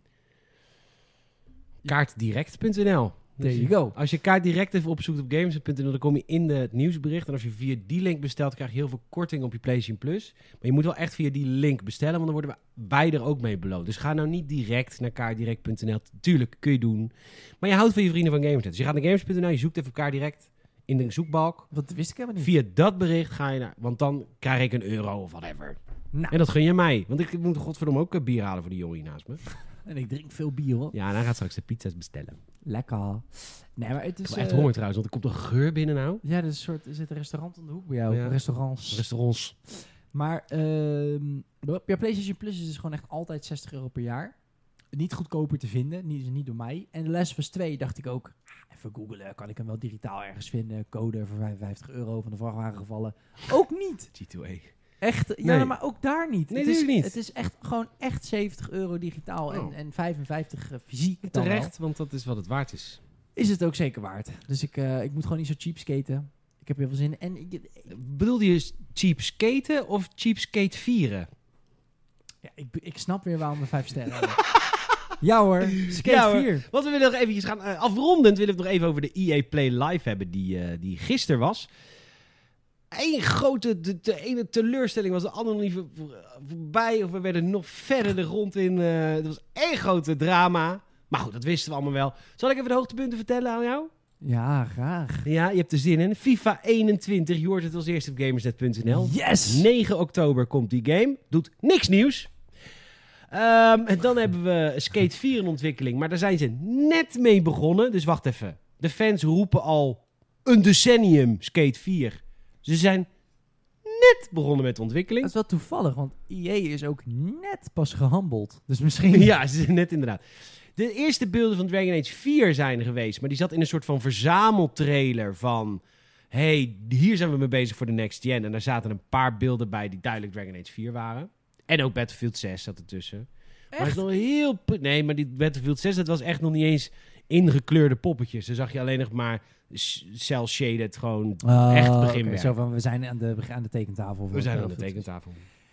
kaartdirect punt n l. There you go. Als je kaartdirect even opzoekt op gamersnet punt n l, dan kom je in de, het nieuwsbericht. En als je via die link bestelt, krijg je heel veel korting op je PlayStation Plus. Maar je moet wel echt via die link bestellen, want dan worden wij er ook mee beloond. Dus ga nou niet direct naar kaartdirect punt n l. Tuurlijk, kun je doen. Maar je houdt van je vrienden van Gamersnet. Dus je gaat naar gamersnet punt n l, je zoekt even kaartdirect in de zoekbalk. Dat wist ik helemaal niet. Via dat bericht ga je naar... Want dan krijg ik een euro of whatever. Nou, En dat gun je mij. Want ik moet godverdomme ook bier halen voor die jongen hier naast me. en ik drink veel bier, hoor. Ja, en hij gaat straks de pizza's bestellen. Lekker. Nee, maar het Ik is... heb echt uh, honger trouwens, want er komt een geur binnen nou. Ja, er is een soort... Er zit een restaurant om de hoek bij jou. Ja. Restaurants. Restaurants. Maar ehm ja, PlayStation Plus is dus gewoon echt altijd zestig euro per jaar. Niet goedkoper te vinden, niet, niet door mij. En The Last of Us twee dacht ik ook, ah, even googlen, kan ik hem wel digitaal ergens vinden. Code voor vijfenvijftig euro van de vrachtwagen gevallen. Ook niet. G twee A. Echt, ja, Nee. maar ook daar niet. Nee, het is, natuurlijk niet. Het is echt gewoon echt zeventig euro digitaal en, Oh. en vijfenvijftig uh, fysiek. dan wel. Terecht, want dat is wat het waard is. Is het ook zeker waard. Dus ik, uh, ik moet gewoon niet zo cheap skaten. Ik heb heel veel zin in. En ik, Bedoelde je cheap skaten of cheap skate vieren? ja, ik, ik snap weer waarom we vijf sterren hebben. Ja hoor, skate Ja, hoor. vier. Want we willen nog eventjes gaan... Uh, afrondend willen we het nog even over de E A Play Live hebben die, uh, die gisteren was. Eén grote de, de ene teleurstelling was de andere niet voor, voor, voorbij. Of we werden nog verder de grond in. Uh, het was één grote drama. Maar goed, dat wisten we allemaal wel. Zal ik even de hoogtepunten vertellen aan jou? Ja, graag. Ja, je hebt er zin in. FIFA eenentwintig, je hoort het als eerste op gamersnet punt n l. Yes! negen oktober komt die game. Doet niks nieuws. Um, en dan hebben we Skate vier in ontwikkeling. Maar daar zijn ze net mee begonnen. Dus wacht even. De fans roepen al een decennium Skate vier. Ze zijn net begonnen met de ontwikkeling. Dat is wel toevallig, want E A is ook net pas gehandeld. Dus misschien... Ja, ze zijn net inderdaad. De eerste beelden van Dragon Age vier zijn er geweest. Maar die zat in een soort van verzameltrailer van... hey, hier zijn we mee bezig voor de next gen. En daar zaten een paar beelden bij die duidelijk Dragon Age vier waren. En ook Battlefield zes zat ertussen. Maar het is nog heel... Nee, maar die Battlefield zes, dat was echt nog niet eens ingekleurde poppetjes. Dan zag je alleen nog maar cel-shaded, gewoon Oh, echt oké, beginwerk. zo van, we zijn aan de, aan de tekentafel. We zijn aan de Battlefield. tekentafel.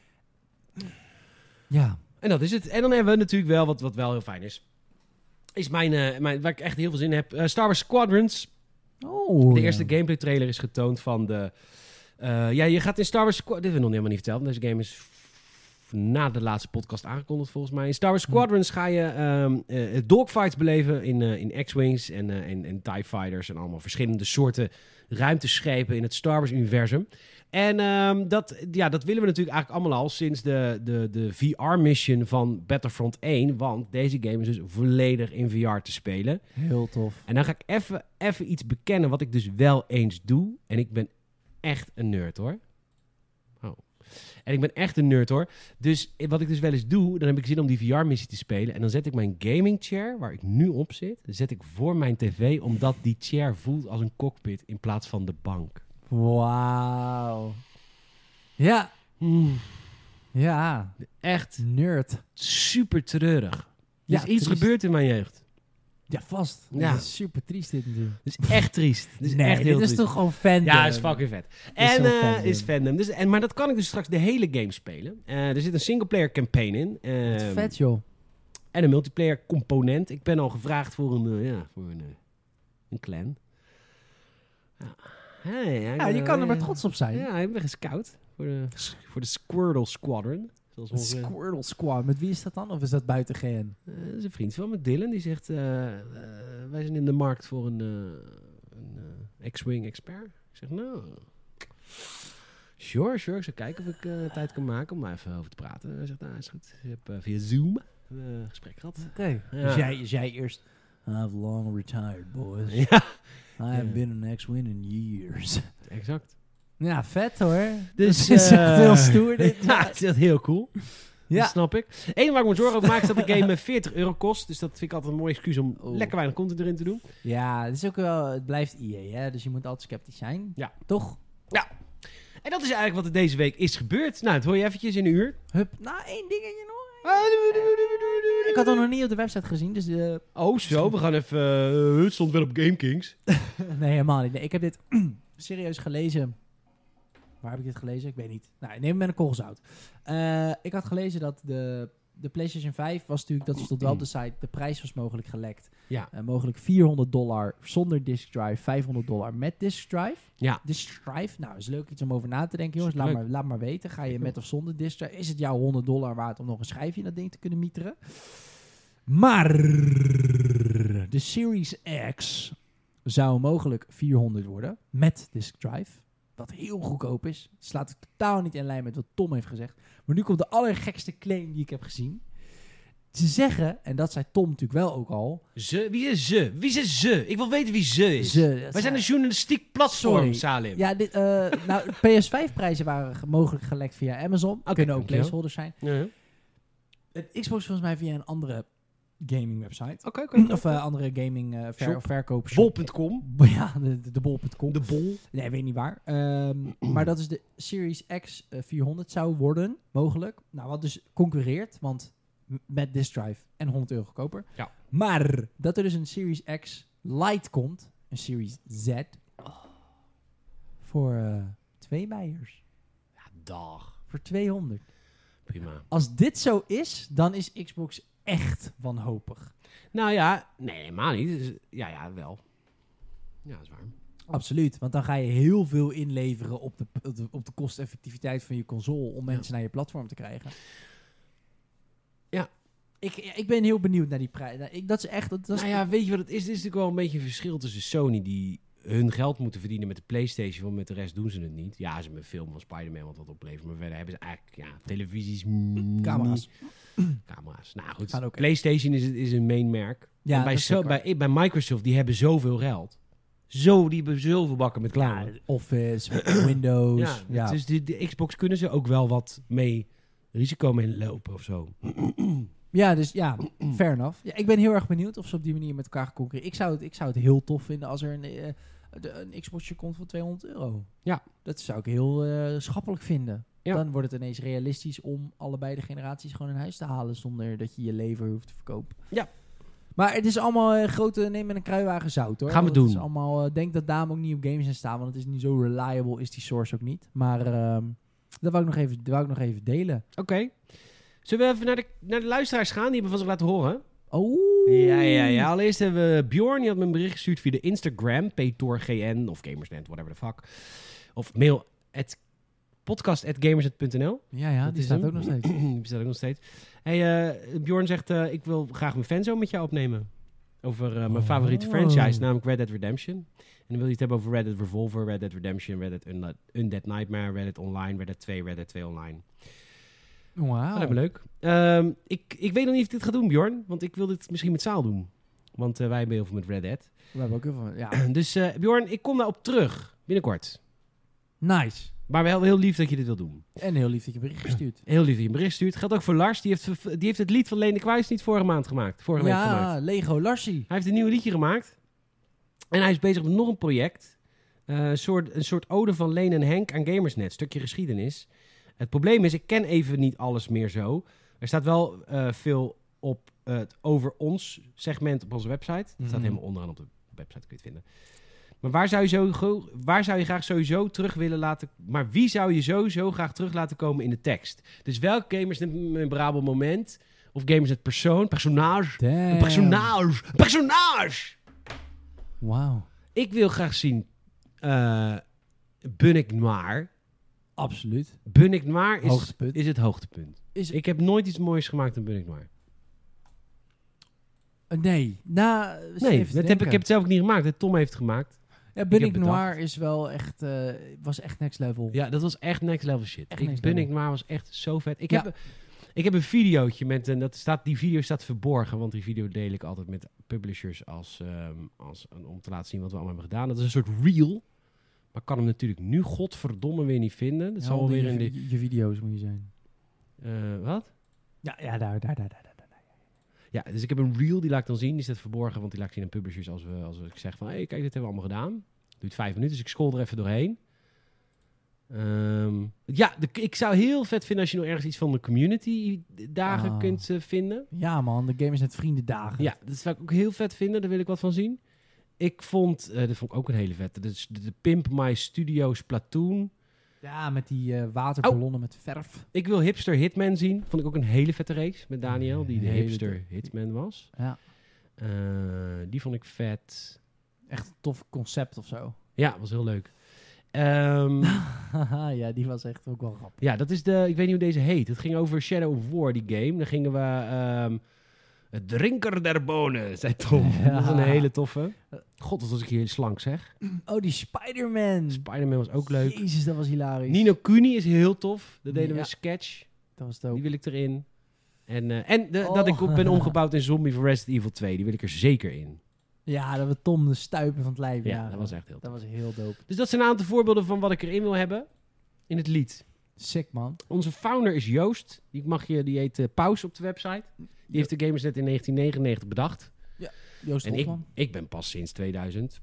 Ja. En dat is het. En dan hebben we natuurlijk wel, wat, wat wel heel fijn is... is mijn, uh, mijn, waar ik echt heel veel zin in heb. Uh, Star Wars Squadrons Oh, De ja. eerste gameplay trailer is getoond van de... Uh, ja, je gaat in Star Wars... Squ- dit hebben we nog helemaal niet verteld. Deze game is f- na de laatste podcast aangekondigd volgens mij. In Star Wars Squadrons ga je um, uh, dogfights beleven in, uh, in X-Wings en, uh, en, en TIE Fighters. En allemaal verschillende soorten ruimteschepen in het Star Wars universum. En um, dat, ja, dat willen we natuurlijk eigenlijk allemaal al sinds de, de, de V R-mission van Battlefront één. Want deze game is dus volledig in V R te spelen. Heel tof. En dan ga ik even, even iets bekennen wat ik dus wel eens doe. En ik ben echt een nerd hoor. Oh. En ik ben echt een nerd hoor. Dus wat ik dus wel eens doe, dan heb ik zin om die V R-missie te spelen. En dan zet ik mijn gaming chair, waar ik nu op zit, zet ik voor mijn tv, omdat die chair voelt als een cockpit in plaats van de bank. Wauw. Ja. Mm, Ja. echt Nerd. super treurig. Er Ja, is iets triest. gebeurd in mijn jeugd. Ja, vast. Ja. Dat is super triest dit natuurlijk. Het is echt triest. Het is nee, echt heel dit is triest. toch gewoon fandom? Ja, is fucking vet. Is En zo eh, fandom. is fandom. Dus, en, maar dat kan ik dus straks de hele game spelen. Uh, er zit een singleplayer campaign in. Uh, Wat vet, joh. En een multiplayer component. Ik ben al gevraagd voor een, uh, ja, voor een, uh, een clan. Ja, hey, ja, Ja, je uh, kan er maar ja. trots op zijn. Ja, ik ben gescout voor de, voor de Squirtle Squadron. Zoals Een onze, Squirtle Squad. Met wie is dat dan? Of is dat buiten G N? uh, dat is een vriend van me, Dylan. Die zegt, uh, uh, wij zijn in de markt voor een, uh, een uh, X-Wing expert. Ik zeg, nou... Sure, sure. Ik zal kijken of ik uh, tijd kan maken om daar even over te praten. Hij zegt, nou, is goed. Ik heb uh, via Zoom een uh, gesprek gehad. Oké. Okay. Ja. Dus jij, jij eerst... I've long retired, boys. Ja, I haven't been an X-Wing in years. exact. Ja, vet hoor. Dus, dat is uh, echt heel stoer dit. Ja, het is echt heel cool. Ja. Dat snap ik. Het enige waar ik me zorgen over maak is dat de game veertig euro kost. Dus dat vind ik altijd een mooi excuus om Oh. lekker weinig content erin te doen. Ja, het is ook wel... Het blijft I A, hè. Dus je moet altijd sceptisch zijn. Ja. Toch? En dat is eigenlijk wat er deze week is gebeurd. Nou, dat hoor je eventjes in een uur. Hup. Nou, één dingetje nog. Ik had hem nog niet op de website gezien, dus... Uh, Oh, zo. We gaan even... Uh, het stond wel op GameKings. nee, helemaal niet. Nee, ik heb dit serieus gelezen. Waar heb ik dit gelezen? Ik weet niet. Nou, neem hem met een korrel zout. Uh, ik had gelezen dat de, de PlayStation vijf was natuurlijk... Dat stond wel op de site. De prijs was mogelijk gelekt. Ja. Uh, mogelijk vierhonderd dollar zonder disk drive. vijfhonderd dollar met disk drive. Ja. Disk drive. Nou, is leuk iets om over na te denken, jongens. Laat Superleuk. maar, laat maar weten. Ga je Zeker. met of zonder disk drive? Is het jou honderd dollar waard om nog een schijfje in dat ding te kunnen mieteren? Maar de Series X zou mogelijk vierhonderd worden met disk drive. Wat heel goedkoop is. Het slaat totaal niet in lijn met wat Tom heeft gezegd. Maar nu komt de allergekste claim die ik heb gezien. Ze zeggen, en dat zei Tom natuurlijk wel ook al. Ze? Wie is ze? Wie is ze? Ik wil weten wie ze is. Ze, dat Wij zijn een journalistiek platform, Sorry. Salim. Ja, dit, uh, nou, P S vijf prijzen waren ge- mogelijk gelekt via Amazon. Oké, Kunnen ook dankjewel. placeholders zijn. Ja. Het Xbox volgens mij via een andere gaming website. Oké, oké. Of uh, andere gaming uh, ver, Shop. verkoop. Bol punt com. Ja, de, de, de bol punt com. De bol. Nee, weet niet waar. Um, maar dat is de Series X uh, vierhonderd zou worden, mogelijk. Nou, wat dus concurreert, want m- met disk drive en honderd euro goedkoper. Ja. Maar dat er dus een Series X Lite komt, een Series Z, voor uh, twee bijers. Ja, dag. Voor tweehonderd. Prima. Als dit zo is, dan is Xbox echt wanhopig. Nou ja, nee, helemaal niet. Dus, ja, ja, wel. Ja, dat is waar. Absoluut, want dan ga je heel veel inleveren op de, op de, op de kosteffectiviteit van je console om mensen naar je platform te krijgen. Ja. Ik, ik ben heel benieuwd naar die prijs. Nou, ik- Dat is echt... Dat, dat is Nou ja, weet je wat het is? Het is natuurlijk wel een beetje een verschil tussen Sony die hun geld moeten verdienen met de PlayStation, want met de rest doen ze het niet. Ja, ze hebben een film van Spider-Man wat dat oplevert, maar verder hebben ze eigenlijk ja, televisies, mm, Camera's. camera's. Nou goed, Gaan ook PlayStation is, is een main merk. Ja, En bij, dat is zo, zeker. bij, bij Microsoft, die hebben zoveel geld. Zo, die hebben zoveel bakken met klauwen. Ja, Office, Windows. Ja, Ja, dus de, de Xbox kunnen ze ook wel wat mee risico mee lopen of zo. ja dus ja, fair enough. Ja, ik ben heel erg benieuwd of ze op die manier met elkaar gaan concurreren. Ik zou het, ik zou het heel tof vinden als er een, eh, de, een Xboxje komt voor tweehonderd euro. Ja. Dat zou ik heel eh, schappelijk vinden. Ja. Dan wordt het ineens realistisch om allebei de generaties gewoon in huis te halen zonder dat je je lever hoeft te verkopen. Ja. Maar het is allemaal uh, grote neem met een kruiwagen zout hoor. Gaan we Want doen. Het is allemaal, uh, denk dat daarom ook niet op games in staan, want het is niet zo reliable, is die source ook niet. Maar uh, dat wou ik nog even, dat wou ik nog even delen. Oké. Zullen we even naar de, naar de luisteraars gaan? Die hebben van zich laten horen. Oh, Ja, ja, ja. Allereerst hebben we Bjorn, die had me een bericht gestuurd via de Instagram, ptorgn of Gamersnet, whatever the fuck. Of mail at podcast at gamersnet punt n l. Ja, ja, Dat die is staat hem. ook nog steeds. Die bestaat ook nog steeds. Hey, uh, Bjorn zegt, uh, ik wil graag mijn fanzone met jou opnemen. Over uh, mijn Oh. favoriete franchise, namelijk Red Dead Redemption. En dan wil je het hebben over Red Dead Revolver, Red Dead Redemption, Red Dead Undead, Undead Nightmare, Red Dead Online, Red Dead twee, Red Dead twee Online. Wauw. Dat lijkt me leuk. Um, ik, ik weet nog niet of ik dit ga doen, Bjorn. Want ik wil dit misschien met Saal doen. Want uh, wij hebben heel veel met Red Dead. We hebben ook heel veel... Ja. Dus uh, Bjorn, ik kom daarop terug. Binnenkort. Nice. Maar wel heel lief dat je dit wil doen. En heel lief dat je een bericht gestuurd. Heel lief dat je een bericht stuurt. Geldt ook voor Lars. Die heeft, die heeft het lied van Leen de Kwijs niet vorige maand gemaakt. Vorige week gemaakt. Ja, Lego Larsie. Hij heeft een nieuw liedje gemaakt. En hij is bezig met nog een project. Uh, een, soort, een soort ode van Leen en Henk aan Gamersnet. Stukje geschiedenis. Het probleem is, ik ken even niet alles meer zo. Er staat wel uh, veel op uh, het over ons segment op onze website. Dat staat Mhm. helemaal onderaan op de website, kun je het vinden. Maar waar zou je, zo, waar zou je graag sowieso terug willen laten... Maar wie zou je sowieso graag terug laten komen in de tekst? Dus welk Gamersnet memorabel moment... Of Gamersnet persoon, personage... Damn. Een personage! Een personage! Wauw. Ik wil graag zien... Uh, Bunnik Noir. Absoluut. Bunnik Noir is, Hoogtepunt. is het hoogtepunt. Is, Ik heb nooit iets moois gemaakt dan Bunnik Noir. uh, nee. Na, Nee, dat heb, ik heb het zelf ook niet gemaakt. Dat Tom heeft het gemaakt. Ja, Bunnik heb bedacht. Noir is wel echt... Uh, was echt next level. Ja, dat was echt next level shit. Echt Ik, next Bunnik level. Noir was echt zo vet. Ik, Ja. heb, ik heb een videootje met... En dat staat, die video staat verborgen. Want die video deel ik altijd met publishers als, um, als, om te laten zien wat we allemaal hebben gedaan. Dat is een soort reel. Maar ik kan hem natuurlijk nu godverdomme weer niet vinden. Dat Ja, zal wel onder weer in je, de... je video's moet je zijn. Uh, wat? Ja, ja daar, daar, daar, daar, daar. Ja, dus ik heb een reel, die laat ik dan zien. Die staat verborgen, want die laat ik zien aan publishers als, we, als ik zeg van... Hé, hey, kijk, dit hebben we allemaal gedaan. Duurt vijf minuten, dus ik scroll er even doorheen. Um, ja, de, ik zou heel vet vinden als je nog ergens iets van de community dagen Ah. kunt uh, vinden. Ja man, de Gamersnet vriendendagen. Ja, dat zou ik ook heel vet vinden. Daar wil ik wat van zien. Ik vond, uh, dat vond ik ook een hele vette. Dus de, de Pimp My Studios Platoon. Ja, met die uh, waterballonnen met verf. Ik wil Hipster Hitman zien. Vond ik ook een hele vette reeks met Daniel, die de Hele Hipster dope. Hitman was. Ja, Uh, die vond ik vet. echt een tof concept of zo. Ja, was heel leuk. Um, Ja, die was echt ook wel grappig. ja, dat is de... Ik weet niet hoe deze heet. Het ging over Shadow of War, die game. Dan gingen we... Um, het drinker der bonen, zei Tom. Ja. Dat was een hele toffe. God, wat was ik hier slank, zeg. Oh, die Spider-Man. Spider-Man was ook leuk. Jezus, dat was hilarisch. Nino Kuni is heel tof. Dat deden we Ja. een sketch. Dat was dope. Die wil ik erin. En, uh, en de, Oh. dat ik op ben omgebouwd in Zombie voor Resident Evil twee. Die wil ik er zeker in. Ja, dat we Tom de stuipen van het lijf. Ja, Ja, dat was echt heel Dat tof. was heel dope. Dus dat zijn een aantal voorbeelden van wat ik erin wil hebben. In het lied. Sick, man. Onze founder is Joost. Die, mag je, die heet uh, Pauze op de website. Die heeft de Gamersnet in negentien negenennegentig bedacht. Joost En ik, Hofman. ik ben pas sinds twintig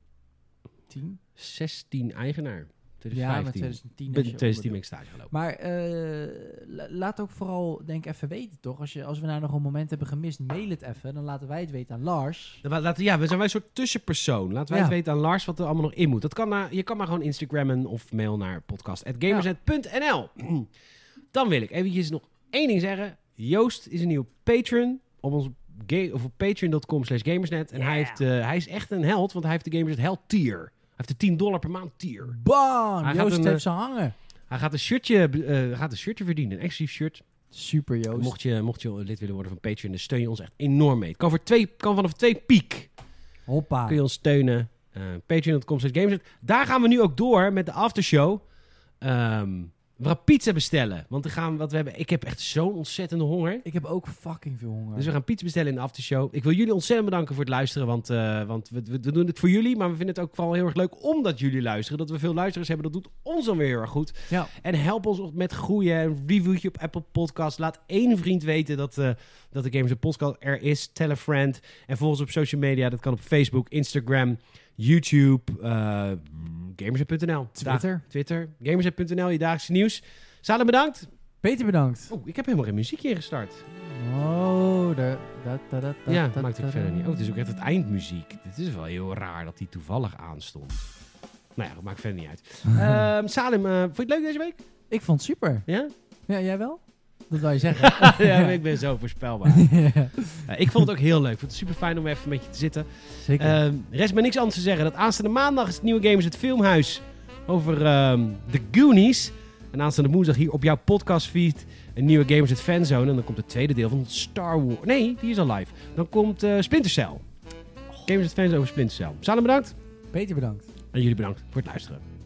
zestien eigenaar. Ja, met twintig vijftien. twintig tien. Ik als ben je twintig tien ben overdoet. ik stage gelopen. Maar eh, la- laat ook vooral, denk ik, even weten, toch? Als, je, als we nou nog een moment hebben gemist, mail het even. Dan laten wij het weten aan Lars. Dan Laten, ja, we zijn wij een soort tussenpersoon. Laten wij Ja. het weten aan Lars wat er allemaal nog in moet. Dat kan naar, je kan maar gewoon Instagrammen of mail naar podcast at gamersnet punt n l. Dan wil ik eventjes nog één ding zeggen. Joost is een nieuw patron op ons ga- of op patreon dot com slash gamersnet. En Yeah. hij, heeft, uh, hij is echt een held, want hij heeft de Gamersnet Held tier. Hij heeft de tien dollar per maand tier. Bam! Hij Joost gaat een, heeft eh, ze hangen. Hij gaat een shirtje, uh, gaat een shirtje verdienen, een exclusief shirt. Super, Joost. Mocht je, mocht je lid willen worden van Patreon, dan steun je ons echt enorm mee. Het kan, voor twee, kan vanaf twee piek. Hoppa. Kun je ons steunen. Uh, patreon dot com slash gamersnet. Daar gaan we nu ook door met de aftershow. Um, we gaan pizza bestellen. Want we gaan, wat we hebben, ik heb echt zo'n ontzettende honger. Ik heb ook fucking veel honger. Dus we gaan pizza bestellen in de aftershow. Ik wil jullie ontzettend bedanken voor het luisteren. Want, uh, want we, we, we doen het voor jullie. Maar we vinden het ook vooral heel erg leuk omdat jullie luisteren. Dat we veel luisteraars hebben, dat doet ons dan weer heel erg goed. Ja. En help ons met groeien. Een reviewtje op Apple Podcasts. Laat één vriend weten dat, uh, dat de Gamers Podcast er is. Tell a friend. En volg ons op social media. Dat kan op Facebook, Instagram, YouTube, uh, gamersnet punt n l. Twitter. Dag, Twitter. gamersnet punt n l, je dagelijkse nieuws. Salem, bedankt. Peter, bedankt. Oh, ik heb helemaal geen muziekje ingestart. Oh, da, da, da, da, Ja, da, maakt ook da, verder da. niet. Oh, het is ook echt het eindmuziek. Dit is wel heel raar dat die toevallig aanstond. Nou ja, dat maakt verder niet uit. um, Salem, uh, vond je het leuk deze week? Ik vond het super. Ja? Ja, jij wel? Dat wou je zeggen. Ja, ik ben zo voorspelbaar. Ja. Uh, ik vond het ook heel leuk. Ik vond het super fijn om even met je te zitten. Zeker. Uh, rest me niks anders te zeggen. Dat aanstaande maandag is het Nieuwe Gamers het Filmhuis over um, The Goonies. En aanstaande woensdag hier op jouw podcastfeed een Nieuwe Gamers het Fanzone. En dan komt het tweede deel van Star Wars. Nee, die is al live. Dan komt uh, Splinter Cell. Gamers het Fanzone over Splinter Cell. Salem bedankt. Peter bedankt. En jullie bedankt voor het luisteren.